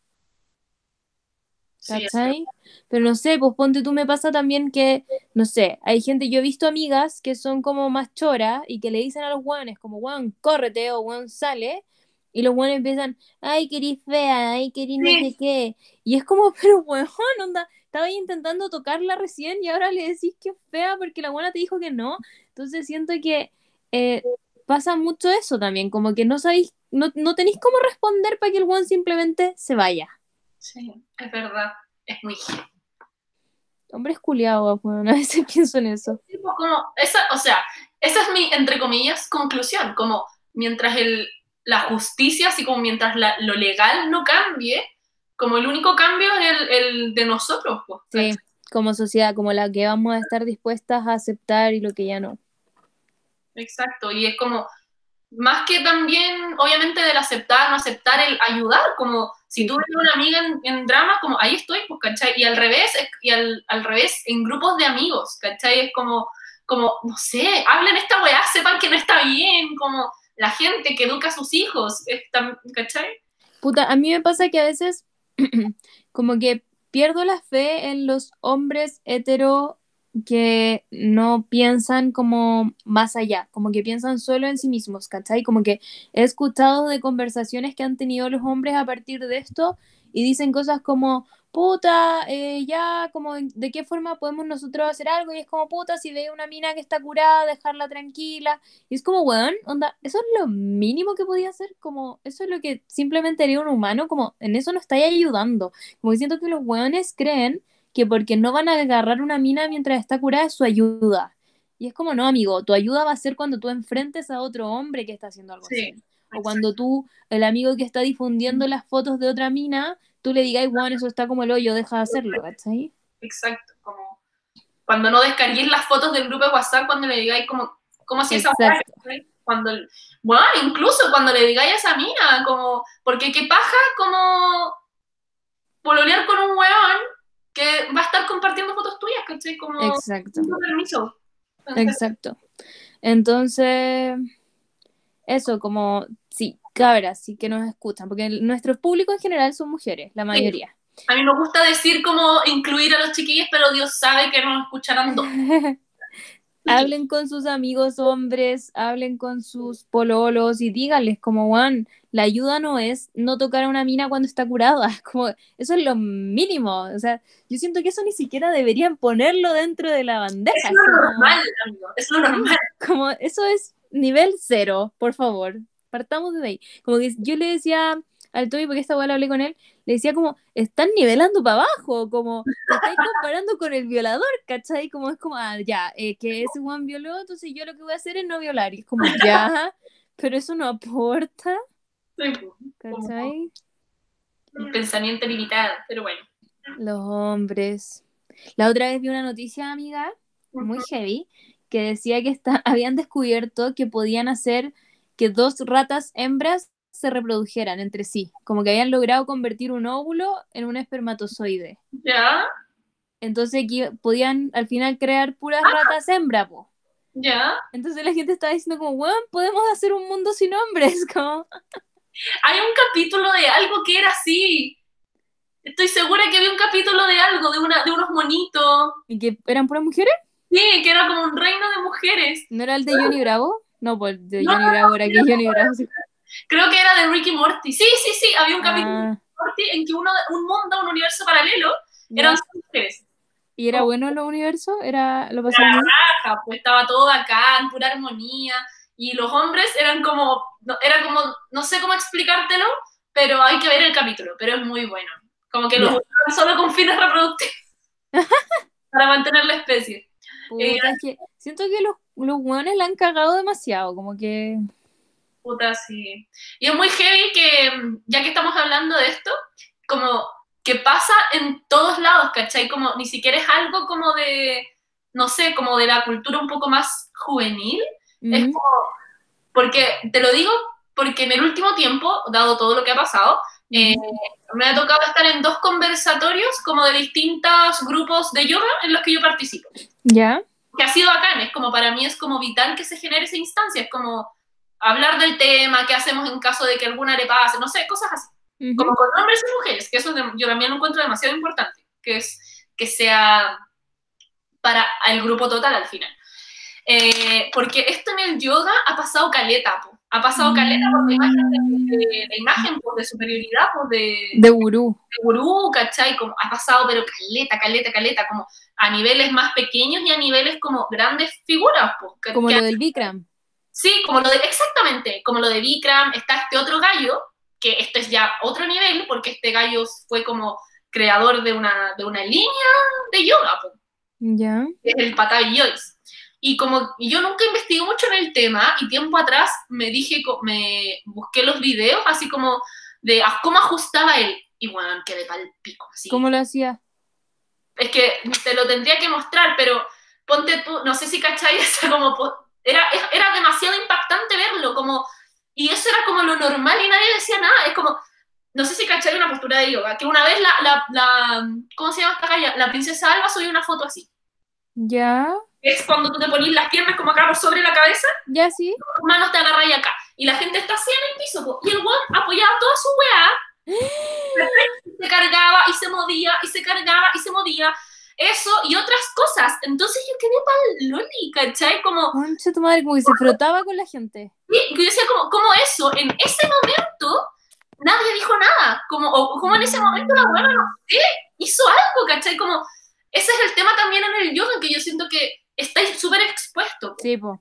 Sí, es ¿Cachai? Pero no sé, pues ponte tú, me pasa también que, no sé, hay gente, yo he visto amigas que son como más choras y que le dicen a los guanes como, guan, córrete o guan, sale, y los guanes empiezan, ay, querís fea, ay, querís no sí, sé qué, y es como, pero weón, onda, estaba ahí intentando tocarla recién y ahora le decís que es fea porque la guana te dijo que no, entonces siento que pasa mucho eso también, como que no sabéis, no tenéis cómo responder para que el guan simplemente se vaya. sí, es verdad. Es muy Hombres culiados, weón, a veces pienso en eso. tipo como esa, o sea, esa es mi, entre comillas, conclusión, como mientras la justicia, así como mientras lo legal no cambie, como el único cambio es el de nosotros, pues, Sí, ¿cachai? como sociedad, como la que vamos a estar dispuestas a aceptar y lo que ya no. Exacto, y es como, más que también, obviamente, del aceptar, no aceptar, el ayudar, como si Sí, tú po. ves una amiga en drama, como ahí estoy, pues, ¿cachai? Y al revés, al revés, en grupos de amigos, ¿cachai? Es como, no sé, hablen esta weá, sepan que no está bien, como la gente que educa a sus hijos, ¿cachai? Puta, a mí me pasa que a veces como que pierdo la fe en los hombres hetero que no piensan como más allá, como que piensan solo en sí mismos, ¿cachai? Como que he escuchado de conversaciones que han tenido los hombres a partir de esto y dicen cosas como, puta, ya, como, ¿de qué forma podemos nosotros hacer algo? Y es como, puta, si ve una mina que está curada, dejarla tranquila. Y es como, weón, onda, eso es lo mínimo que podía hacer, como, eso es lo que simplemente haría un humano, como, en eso no estáis ayudando. Como que siento que los weones creen que porque no van a agarrar una mina mientras está curada es su ayuda. Y es como, no, amigo, tu ayuda va a ser cuando tú enfrentes a otro hombre que está haciendo algo Sí, así. O exacto. cuando tú, el amigo que está difundiendo las fotos de otra mina, tú le digas, Juan, eso está como el hoyo, deja de hacerlo, ¿cachai? Exacto, como cuando no descarguéis las fotos del grupo de WhatsApp, cuando le digáis como si esa weá, Exacto, ¿cachai? Bueno, incluso cuando le digáis a esa mina, como, porque qué paja como pololear con un weón que va a estar compartiendo fotos tuyas, ¿cachai? Como, exacto, sin tu permiso. Entonces, exacto. Entonces, eso, como, sí, cabras, sí que nos escuchan, porque nuestro público en general son mujeres, la sí. mayoría. A mí me gusta decir como incluir a los chiquillos, pero Dios sabe que nos escucharán dos. Hablen con sus amigos hombres, hablen con sus pololos y díganles como, Juan, la ayuda no es no tocar a una mina cuando está curada, como, eso es lo mínimo, o sea, yo siento que eso ni siquiera deberían ponerlo dentro de la Es bandeja, es lo como, normal, amigo, es lo normal. como, eso es nivel cero, por favor, partamos de ahí, como que yo le decía al Toby, porque esta weá la hablé con él, le decía como, están nivelando para abajo, como, te estáis comparando con el violador, ¿cachai? Como es como, ah, ya, que ese Juan violó, entonces yo lo que voy a hacer es no violar, y es como, ya, pero eso no aporta, Sí, pues, como ¿cachai? un pensamiento limitado, pero bueno. Los hombres. La otra vez vi una noticia, amiga, muy Ujú. heavy, que decía que habían descubierto que podían hacer que dos ratas hembras se reprodujeran entre sí, como que habían logrado convertir un óvulo en un espermatozoide. Ya, Entonces aquí podían al final crear puras ah, ratas hembra, po. ya. Entonces la gente estaba diciendo como, weón, podemos hacer un mundo sin hombres, como... Hay un capítulo de algo que era así. Estoy segura que había un capítulo de algo, de unos monitos. ¿Y que eran puras mujeres? Sí, que era como un reino de mujeres. ¿No era el de Johnny Bravo? No, pues el de No, Johnny Bravo era que Johnny Bravo se... creo que era de Ricky Morty. Sí, sí, sí, había un capítulo de Ah, Ricky Morty en que un mundo, un universo paralelo, eran ¿ya? solo mujeres. ¿Y era Como bueno los universos? ¿Lo la pasaron bien? raja, pues estaba todo acá en pura armonía. Y los hombres eran como, era como, no sé cómo explicártelo, pero hay que ver el capítulo, pero es muy bueno. Como que los Ya. usaban solo con fines reproductivos para mantener la especie. Eh, Puta, es que siento que los hueones la han cagado demasiado, como que... Puta, sí. Y es muy heavy que, ya que estamos hablando de esto, como que pasa en todos lados, ¿cachai? Como ni siquiera es algo como de, no sé, como de la cultura un poco más juvenil. Es Mm, como, porque, te lo digo, porque en el último tiempo, dado todo lo que ha pasado, eh, ujú. me ha tocado estar en dos conversatorios como de distintos grupos de yoga en los que yo participo. ¿Ya? Que ha sido bacán, es como para mí es como vital que se genere esa instancia, es como hablar del tema, qué hacemos en caso de que alguna le pase, no sé, cosas así. Ujú. Como con hombres y mujeres, que eso yo también lo encuentro demasiado importante, que es que sea para el grupo total al final. Porque esto en el yoga ha pasado caleta, po. Ha pasado caleta por la imagen Mm. la imagen pues, de superioridad, pues, De gurú, gurú, ¿cachai? Como ha pasado, pero caleta, caleta, caleta, como a niveles más pequeños y a niveles como grandes figuras, pues, como lo del Bikram. sí, como lo de, exactamente, como lo de Bikram, está este otro gallo, que esto es ya otro nivel, porque este gallo fue como creador de una línea de yoga, pues, Ya. que es el Pattabhi Jois. Y como yo nunca investigué mucho en el tema, y tiempo atrás me dije, me busqué los videos, así como de cómo ajustaba él, y bueno, quedé pal pico, así. ¿Cómo lo hacía? Es que te lo tendría que mostrar, pero ponte tú, no sé si cachai, esa como, era demasiado impactante verlo, como, y eso era como lo normal y nadie decía nada, es como, no sé si cachai una postura de yoga, que una vez ¿cómo se llama esta galla? La princesa Alba subió una foto así. Ya. Es cuando tú te pones las piernas como acá por sobre la cabeza, Ya sí. tus manos te agarras acá, y la gente está así en el piso, po, y el weón apoyaba toda su weá, se cargaba y se movía, y se cargaba y se movía, eso y otras cosas. cosas. Entonces yo quedé pa'l loli, ¿cachai? Como, Concha tu madre, como que se frotaba con la gente. sí, yo decía como eso, en ese momento nadie dijo nada, o como en ese momento la buena, no sé, hizo algo, ¿cachai? Como, ese es el tema también en el yoga, que yo siento que estáis súper expuestos, Sí, po.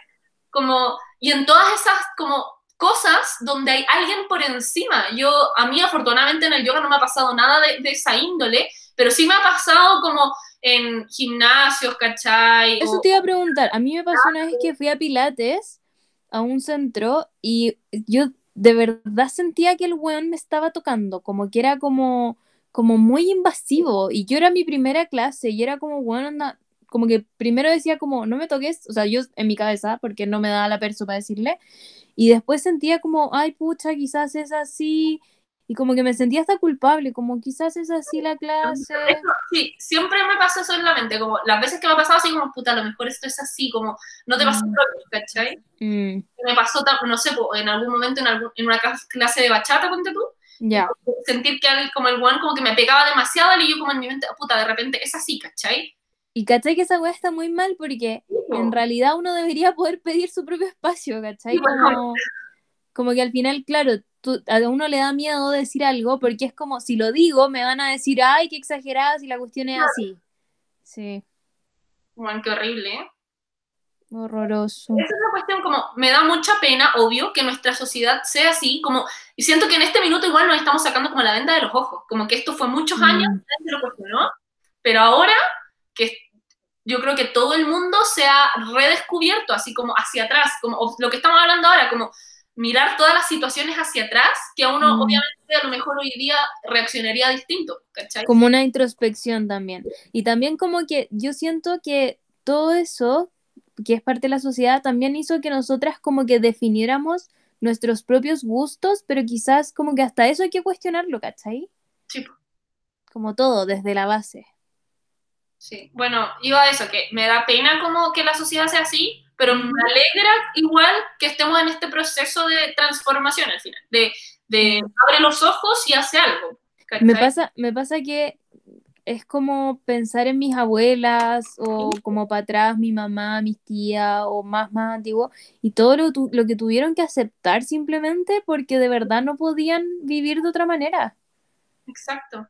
como, y en todas esas como cosas donde hay alguien por encima. A mí afortunadamente en el yoga no me ha pasado nada de esa índole, pero sí me ha pasado como en gimnasios, ¿cachai? Eso te iba a preguntar. A mí me pasó una vez que fui a Pilates, a un centro, y yo de verdad sentía que el weón me estaba tocando, como que era como muy invasivo. Y yo era mi primera clase, y era como, weón, anda, como que primero decía como, no me toques, o sea, yo en mi cabeza, porque no me daba la perso para decirle, y después sentía como, ay, pucha, quizás es así, y como que me sentía hasta culpable, como quizás es así la clase. Sí, siempre me pasa eso en la mente, como las veces que me ha pasado así como, puta, a lo mejor esto es así, como, no te pasó lo ¿cachai? Me pasó, no sé, en algún momento en una clase de bachata, ponte tú, Ya. sentir que como el one como que me pegaba demasiado y yo como en mi mente, puta, de repente es así, ¿cachai? Y cachai que esa weá está muy mal porque en realidad uno debería poder pedir su propio espacio, ¿cachai? Sí, bueno, Como que al final, claro, a uno le da miedo decir algo porque es como, si lo digo, me van a decir, ay, qué exagerada si la cuestión es así. Sí, bueno, qué horrible, ¿eh? horroroso. Esa es la cuestión, como me da mucha pena, obvio, que nuestra sociedad sea así, como, y siento que en este minuto igual nos estamos sacando como la venda de los ojos, como que esto fue muchos años, nadie se lo cuestionó, pero ahora que yo creo que todo el mundo se ha redescubierto, así como hacia atrás, como lo que estamos hablando ahora, como mirar todas las situaciones hacia atrás, que a uno obviamente a lo mejor hoy día reaccionaría distinto, ¿cachai? Como una introspección también. Y también como que yo siento que todo eso, que es parte de la sociedad, también hizo que nosotras como que definiéramos nuestros propios gustos, pero quizás como que hasta eso hay que cuestionarlo, ¿cachai? Sí, Como todo, desde la base. sí. Bueno, iba a eso, que me da pena como que la sociedad sea así, pero me alegra igual que estemos en este proceso de transformación al final, de abre los ojos y hace algo, ¿cachai? Me pasa que es como pensar en mis abuelas o como para atrás mi mamá, mis tías o más antiguo y todo lo que tuvieron que aceptar simplemente porque de verdad no podían vivir de otra manera. Exacto.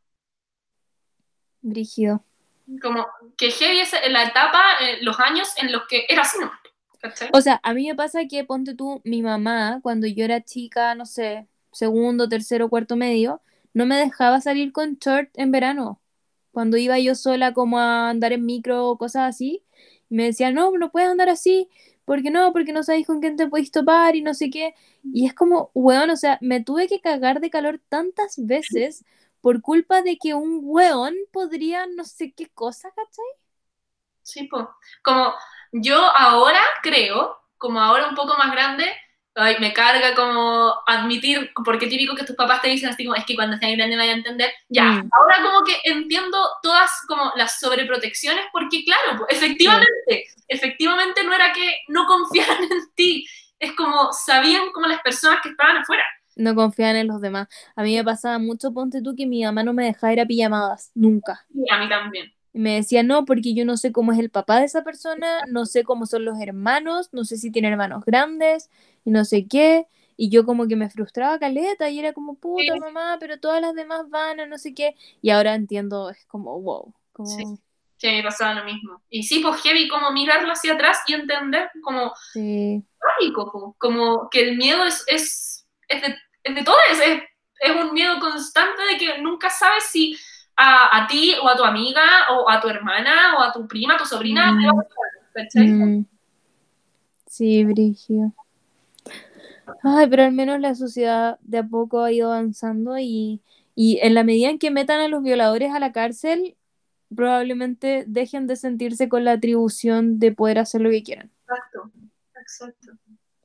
Brígido. Como que heavy es la etapa, los años en los que era así, ¿no? ¿Cachai? O sea, a mí me pasa que, ponte tú, mi mamá, cuando yo era chica, no sé, segundo, tercero, cuarto medio, no me dejaba salir con short en verano. Cuando iba yo sola como a andar en micro o cosas así, me decía, no, no puedes andar así, ¿por qué no? Porque no sabéis con quién te podéis topar y no sé qué. Y es como, weón, o sea, me tuve que cagar de calor tantas veces por culpa de que un weón podría no sé qué cosa, ¿cachai? Sí, pues. Como yo ahora creo, como ahora un poco más grande, ay, me carga como admitir, porque típico que tus papás te dicen así como, es que cuando seas grande vaya a entender. Ya, ahora como que entiendo todas como las sobreprotecciones, porque claro, pues, efectivamente no era que no confiaran en ti, es como sabían como las personas que estaban afuera. No confían en los demás. A mí me pasaba mucho, ponte tú, que mi mamá no me dejaba ir a pijamadas, nunca. Y a mí también. Y me decía, no, porque yo no sé cómo es el papá de esa persona, no sé cómo son los hermanos, no sé si tiene hermanos grandes, y no sé qué. Y yo como que me frustraba caleta, y era como, Sí, puta mamá, pero todas las demás van a no sé qué. Y ahora entiendo, es como, wow, sí, como, sí, me pasaba lo mismo. Y sí, pues heavy como mirarlo hacia atrás y entender como sí. pánico, po. Como que el miedo es de todos, es un miedo constante de que nunca sabes si a ti o a tu amiga o a tu hermana o a tu prima, a tu sobrina, te va a pasar, ¿cachai? Sí, Brigio. Ay, pero al menos la sociedad de a poco ha ido avanzando y en la medida en que metan a los violadores a la cárcel, probablemente dejen de sentirse con la atribución de poder hacer lo que quieran. Exacto, exacto.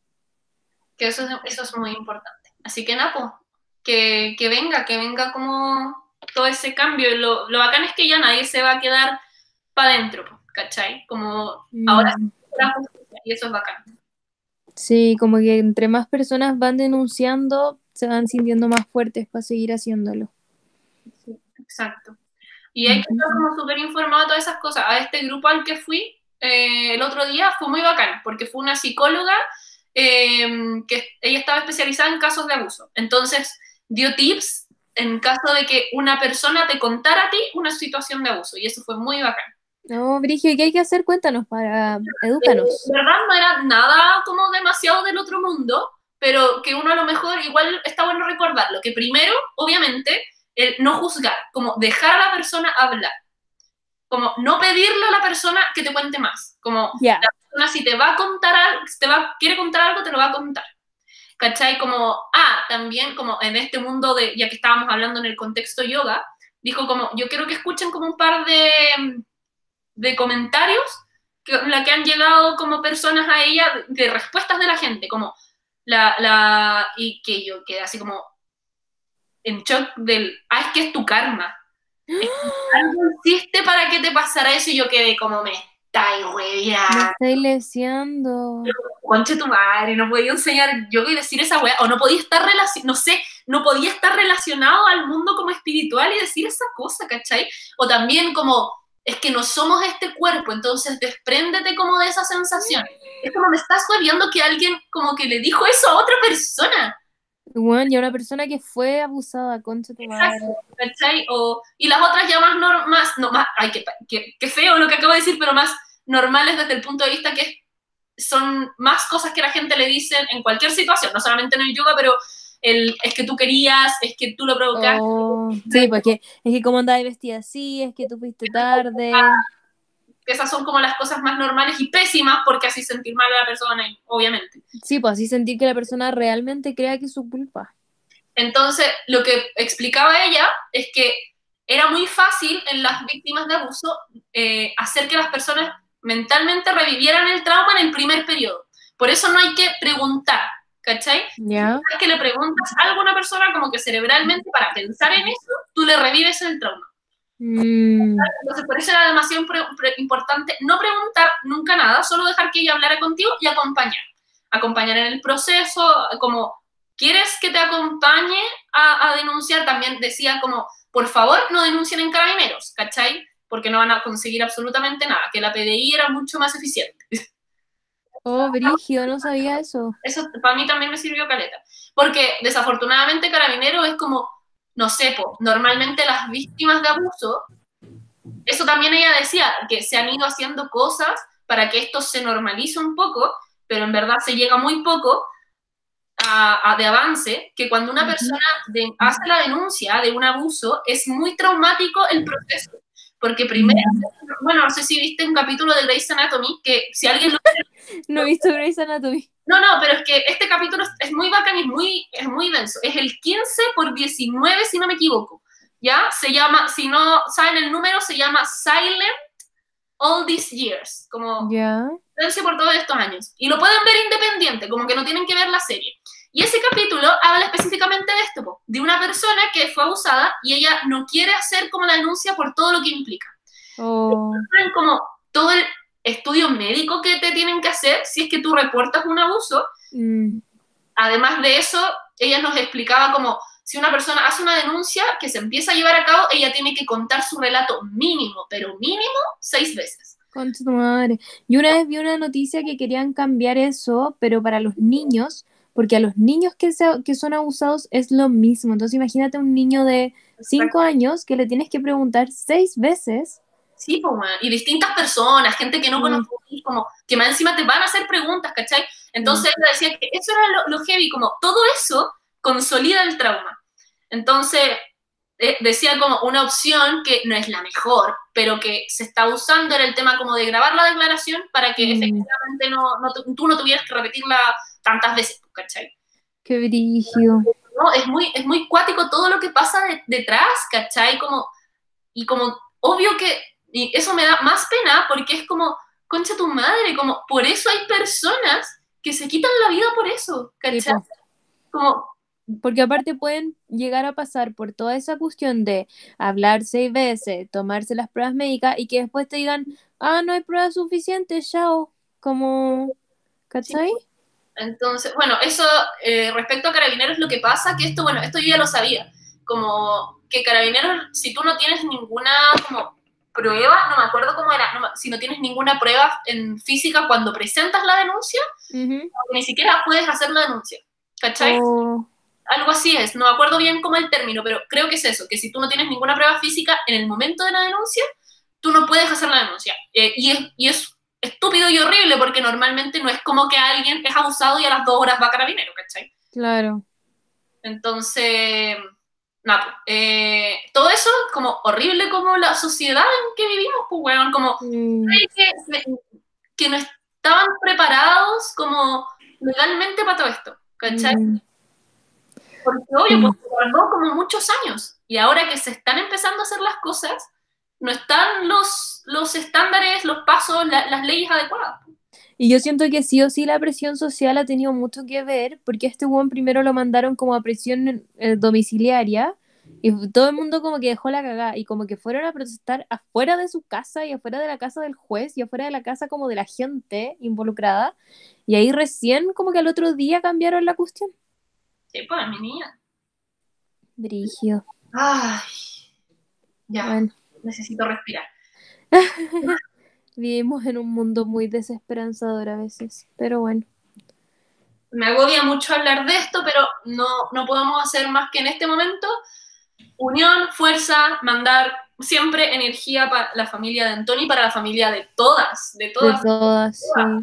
Que eso es muy importante. Así que nada, pues, que venga como todo ese cambio. Lo bacán es que ya nadie se va a quedar para adentro, pues, ¿cachai? Como ahora sí la justicia, y eso es bacán. Sí, como que entre más personas van denunciando, se van sintiendo más fuertes para seguir haciéndolo. Sí, exacto. Y hay que estar como súper informado de todas esas cosas. A este grupo al que fui el otro día fue muy bacán, porque fue una psicóloga que ella estaba especializada en casos de abuso. Entonces, dio tips en caso de que una persona te contara a ti una situación de abuso, y eso fue muy bacán. No, Brigio, ¿qué hay que hacer? Cuéntanos, edúcanos. De verdad no era nada como demasiado del otro mundo, pero que uno a lo mejor igual está bueno recordarlo, que primero, obviamente, el no juzgar, como dejar a la persona hablar, como no pedirle a la persona que te cuente más, como Ya. la persona si te va a contar algo, si quiere contar algo, te lo va a contar. ¿Cachai? Como, también como en este mundo de, ya que estábamos hablando en el contexto yoga, dijo como, yo quiero que escuchen como un par de comentarios la que han llegado como personas a ella, de respuestas de la gente, como y que yo quedé así como en shock es que es tu karma. Es que algo hiciste para que te pasara eso, y yo quedé como, me estáis Me hueveando. estáis leseando. Conche tu madre, no podía enseñar yoga y decir esa wea, o no podía estar no sé, no podía estar relacionado al mundo como espiritual y decir esa cosa, ¿cachai? O también como, es que no somos este cuerpo, entonces despréndete como de esa sensación. Es como me estás hueveando que alguien como que le dijo eso a otra persona. Bueno, y a una persona que fue abusada, concha tu madre. Exacto, ¿cachai? Y las otras ya más, ay, qué feo lo que acabo de decir, pero más normales desde el punto de vista que son más cosas que la gente le dice en cualquier situación, no solamente en el yoga, pero es que tú querías, es que tú lo provocaste. Oh, sí, porque es que como andabas vestida así, es que tú fuiste tarde. Esas son como las cosas más normales y pésimas, porque así sentir mal a la persona, obviamente. Sí, pues así sentir que la persona realmente crea que es su culpa. Entonces, lo que explicaba ella es que era muy fácil en las víctimas de abuso hacer que las personas mentalmente revivieran el trauma en el primer periodo. Por eso no hay que preguntar, ¿cachai? ¿Ya? Es que le preguntas a alguna persona como que cerebralmente para pensar en eso, tú le revives el trauma. Entonces, por eso era demasiado importante no preguntar nunca nada, solo dejar que ella hablara contigo y acompañar. Acompañar en el proceso, como, ¿quieres que te acompañe a denunciar? También decía como, por favor, no denuncien en Carabineros, ¿cachai? Porque no van a conseguir absolutamente nada, que la PDI era mucho más eficiente. Oh, Brigio, no sabía eso. Eso para mí también me sirvió caleta. Porque desafortunadamente Carabinero es como, no sé, normalmente las víctimas de abuso, eso también ella decía, que se han ido haciendo cosas para que esto se normalice un poco, pero en verdad se llega muy poco de avance, que cuando una persona hace la denuncia de un abuso, es muy traumático el proceso. Porque primero, bueno, no sé si viste un capítulo de Grey's Anatomy, que si alguien lo... No he visto Grey's Anatomy. No, pero es que este capítulo es muy bacán y es muy denso. Es el 15/19, si no me equivoco. ¿Ya? Se llama, si no saben el número, se llama Silent All These Years. Como Ya. silencio por todos estos años. Y lo pueden ver independiente, como que no tienen que ver la serie. Y ese capítulo habla específicamente de esto, de una persona que fue abusada y ella no quiere hacer como la denuncia por todo lo que implica. Oh. Como todo el estudio médico que te tienen que hacer si es que tú reportas un abuso. Además de eso, ella nos explicaba como si una persona hace una denuncia que se empieza a llevar a cabo, ella tiene que contar su relato mínimo, pero mínimo 6 veces. Con tu madre. Yo una vez vi una noticia que querían cambiar eso, pero para los niños, porque a los niños que son abusados es lo mismo. Entonces imagínate un niño de 5 años que le tienes que preguntar 6 veces. Sí, pues, y distintas personas, gente que no conoces, como que más encima te van a hacer preguntas, ¿cachai? Entonces ella decía que eso era lo heavy, como todo eso consolida el trauma. Entonces decía como una opción que no es la mejor, pero que se está usando era el tema como de grabar la declaración para que efectivamente tú no tuvieras que repetirla tantas veces, ¿cachai? Qué brígido. No, es muy cuático todo lo que pasa detrás, ¿cachai? Y como obvio que y eso me da más pena porque es como, concha tu madre, como por eso hay personas que se quitan la vida por eso, ¿cachai? Sí, como, porque aparte pueden llegar a pasar por toda esa cuestión de hablar 6 veces, tomarse las pruebas médicas y que después te digan, no hay pruebas suficientes, chao, como, ¿cachai? Sí. Entonces, bueno, eso respecto a Carabineros, lo que pasa que esto yo ya lo sabía, como que Carabineros, si tú no tienes ninguna como prueba, no me acuerdo cómo era, si no tienes ninguna prueba en física cuando presentas la denuncia, ni siquiera puedes hacer la denuncia, ¿cachai? Algo así es, no me acuerdo bien cómo es el término, pero creo que es eso, que si tú no tienes ninguna prueba física en el momento de la denuncia, tú no puedes hacer la denuncia. Y es estúpido y horrible porque normalmente no es como que alguien es abusado y a las 2 horas va a Carabinero, ¿cachai? Claro. Entonces, nada, todo eso como horrible como la sociedad en que vivimos, pues, weón, como que no estaban preparados como legalmente para todo esto, ¿cachai? Porque obvio, pues tardó como muchos años y ahora que se están empezando a hacer las cosas, no están los estándares, los pasos, las leyes adecuadas. Y yo siento que sí o sí la presión social ha tenido mucho que ver, porque a este weón primero lo mandaron como a prisión domiciliaria, y todo el mundo como que dejó la cagada, y como que fueron a protestar afuera de su casa, y afuera de la casa del juez, y afuera de la casa como de la gente involucrada, y ahí recién como que al otro día cambiaron la cuestión. Sí, pues, mi niña. Brigio. Ay, ya, bueno. Necesito respirar. Vivimos en un mundo muy desesperanzador a veces, pero bueno. Me agobia mucho hablar de esto, pero no podemos hacer más que en este momento unión, fuerza, mandar siempre energía para la familia de Antonio y para la familia de todas. De todas, sí.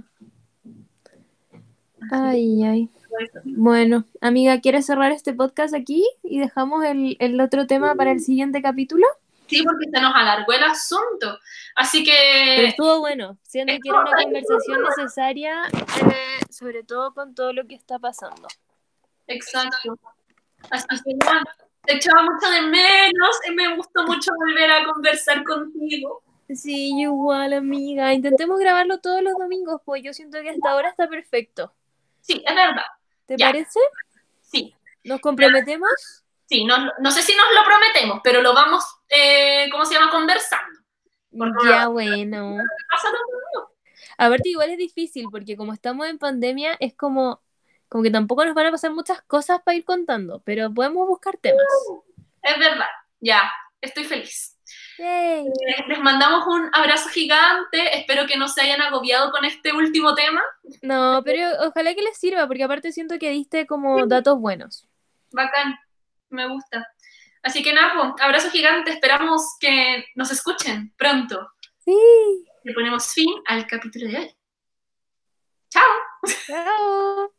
Ay. Bueno, amiga, ¿quieres cerrar este podcast aquí y dejamos el otro tema para el siguiente capítulo? Sí, porque se nos alargó el asunto. Así que... Pero estuvo bueno, siento que era una conversación necesaria, sobre todo con todo lo que está pasando. Exacto. Así que bueno, te echaba mucho de menos y me gustó mucho volver a conversar contigo. Sí, igual, amiga. Intentemos grabarlo todos los domingos, pues yo siento que hasta ahora está perfecto. Sí, es verdad. ¿Te parece? Sí. ¿Nos comprometemos? Sí, no sé si nos lo prometemos, pero lo vamos, ¿cómo se llama? Conversando. Ya, bueno. Aparte, igual es difícil, porque como estamos en pandemia, es como que tampoco nos van a pasar muchas cosas para ir contando, pero podemos buscar temas. Es verdad, ya, estoy feliz. Yay. Les mandamos un abrazo gigante, espero que no se hayan agobiado con este último tema. No, pero ojalá que les sirva, porque aparte siento que diste como datos buenos. Bacán, me gusta. Así que nada, pues, abrazo gigante, esperamos que nos escuchen pronto. Sí. Le ponemos fin al capítulo de hoy. Chao. Chao.